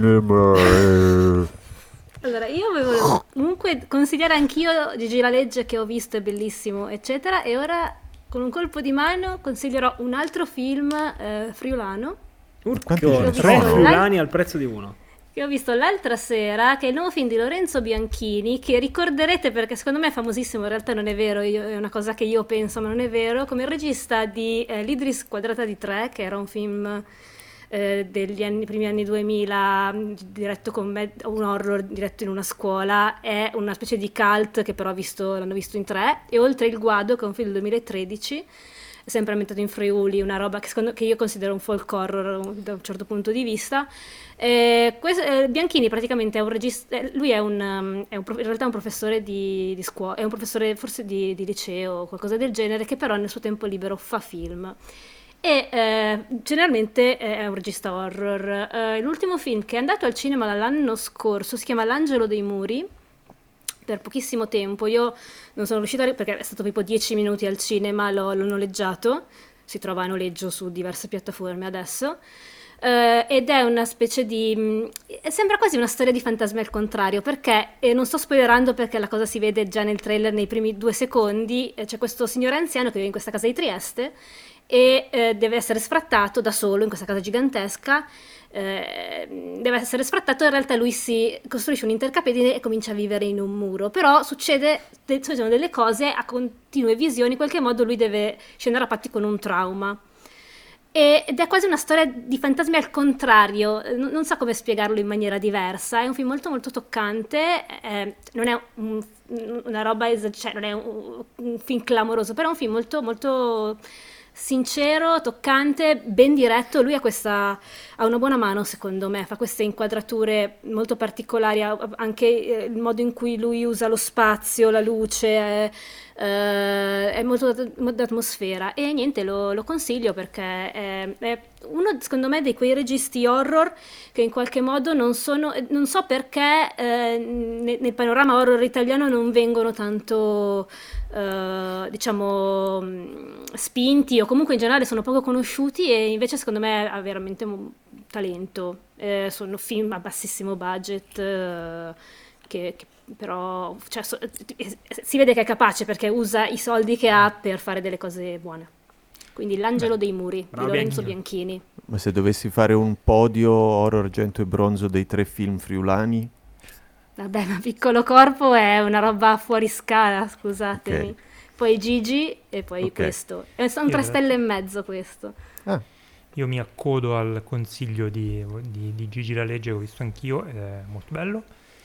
cinema. Allora, io volevo comunque consigliare anch'io Gigi La Legge, che ho visto, è bellissimo, eccetera, e ora con un colpo di mano consiglierò un altro film friulano Quanti Urco, ce ne 3 sono? friulani al prezzo di uno. che ho visto l'altra sera, che è il nuovo film di Lorenzo Bianchini, che ricorderete perché secondo me è famosissimo, in realtà non è vero, è una cosa che io penso ma non è vero, come il regista di L'Idris quadrata di 3, che era un film degli primi anni 2000, diretto un horror diretto in una scuola, è una specie di cult che però l'hanno visto in 3, e oltre Il Guado, che è un film del 2013, sempre ambientato in Friuli, una roba che io considero un folk horror da un certo punto di vista. Bianchini praticamente è un regista, lui in realtà è un professore di scuola, è un professore forse di liceo o qualcosa del genere, che però nel suo tempo libero fa film. E generalmente è un regista horror. L'ultimo film che è andato al cinema l'anno scorso si chiama L'Angelo dei Muri, per pochissimo tempo. Io non sono riuscita perché è stato tipo 10 minuti al cinema, l'ho noleggiato, si trova a noleggio su diverse piattaforme adesso, ed è una specie di... sembra quasi una storia di fantasmi al contrario, perché, e non sto spoilerando perché la cosa si vede già nel trailer nei primi 2 secondi, c'è questo signore anziano che vive in questa casa di Trieste e deve essere sfrattato da solo in questa casa gigantesca. Deve essere sfrattato, in realtà lui si costruisce un intercapedine e comincia a vivere in un muro, però succedono delle cose a continue visioni, in qualche modo lui deve scendere a patti con un trauma, ed è quasi una storia di fantasmi al contrario, non so come spiegarlo in maniera diversa. È un film molto molto toccante, non è una roba, cioè non è un film clamoroso, però è un film molto molto sincero, toccante, ben diretto. Lui ha una buona mano, secondo me, fa queste inquadrature molto particolari, anche il modo in cui lui usa lo spazio, la luce, è molto d'atmosfera, e niente, lo consiglio perché è uno, secondo me, di quei registi horror che in qualche modo non so perché nel panorama horror italiano non vengono tanto diciamo spinti, o comunque in generale sono poco conosciuti, e invece secondo me ha veramente talento. Sono film a bassissimo budget, che però cioè, si vede che è capace perché usa i soldi che ha per fare delle cose buone. Quindi L'Angelo dei Muri di Lorenzo Bianchini. Ma se dovessi fare un podio oro, argento e bronzo dei 3 film friulani? Vabbè, ma Piccolo Corpo è una roba fuori scala, scusatemi. Okay. Poi Gigi e poi questo. Sono 3 stelle e mezzo questo. Io mi accodo al consiglio di Gigi La Legge, che ho visto anch'io, è molto bello.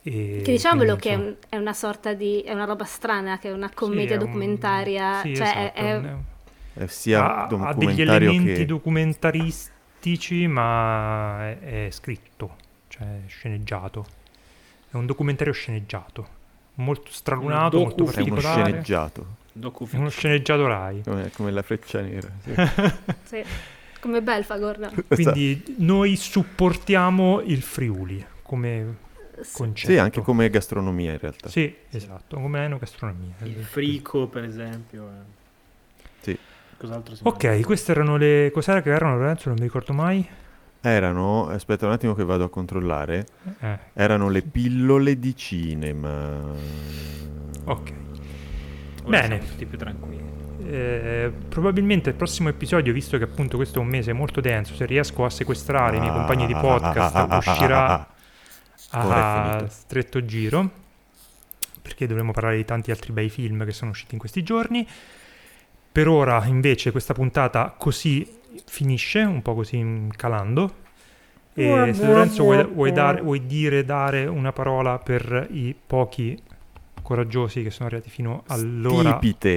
Che diciamolo che è una sorta di... è una roba strana, che è una commedia documentaria, sì, cioè esatto, è sia ha documentario degli elementi che... documentaristici, ma è scritto, cioè è sceneggiato. È un documentario sceneggiato, molto stralunato, molto È uno particolare. sceneggiato, È uno sceneggiato Rai. come la freccia nera. Sì. sì, come Belfagor. Quindi noi supportiamo il Friuli come concetto. Sì, anche come gastronomia in realtà. Sì, esatto, come enogastronomia. Il frico, per esempio. Sì. Cos'altro si Ok, mangia? queste erano le... Cos'era che erano, Lorenzo? Non mi ricordo mai. Aspetta un attimo che vado a controllare. Erano le pillole di cinema. Ok. Ora Bene. siamo tutti più tranquilli. Probabilmente il prossimo episodio, visto che appunto questo è un mese molto denso, se riesco a sequestrare i miei compagni di podcast, uscirà a stretto giro, perché dovremo parlare di tanti altri bei film che sono usciti in questi giorni. Per ora invece questa puntata così finisce, un po' così calando. E se Lorenzo vuoi dare una parola per i pochi coraggiosi che sono arrivati fino all'ora.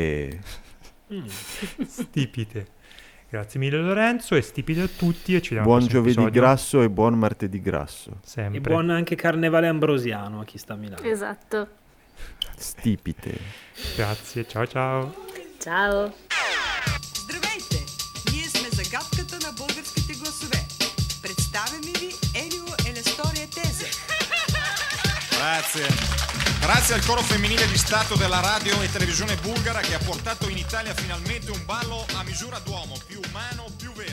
Stipite. Grazie mille Lorenzo, e stipite a tutti, e ci vediamo buon al prossimo giovedì episodio. grasso e buon martedì grasso. Sempre. E buon anche carnevale ambrosiano a chi sta a Milano. Esatto. Stipite. Grazie, ciao ciao. Ciao. Здравейте! Ние сме загадката на българските гласове. Представяме ви Елио e le storie tese. Grazie. Grazie al coro femminile di Stato della radio e televisione bulgara che ha portato in Italia finalmente un ballo a misura d'uomo, più umano, più vero.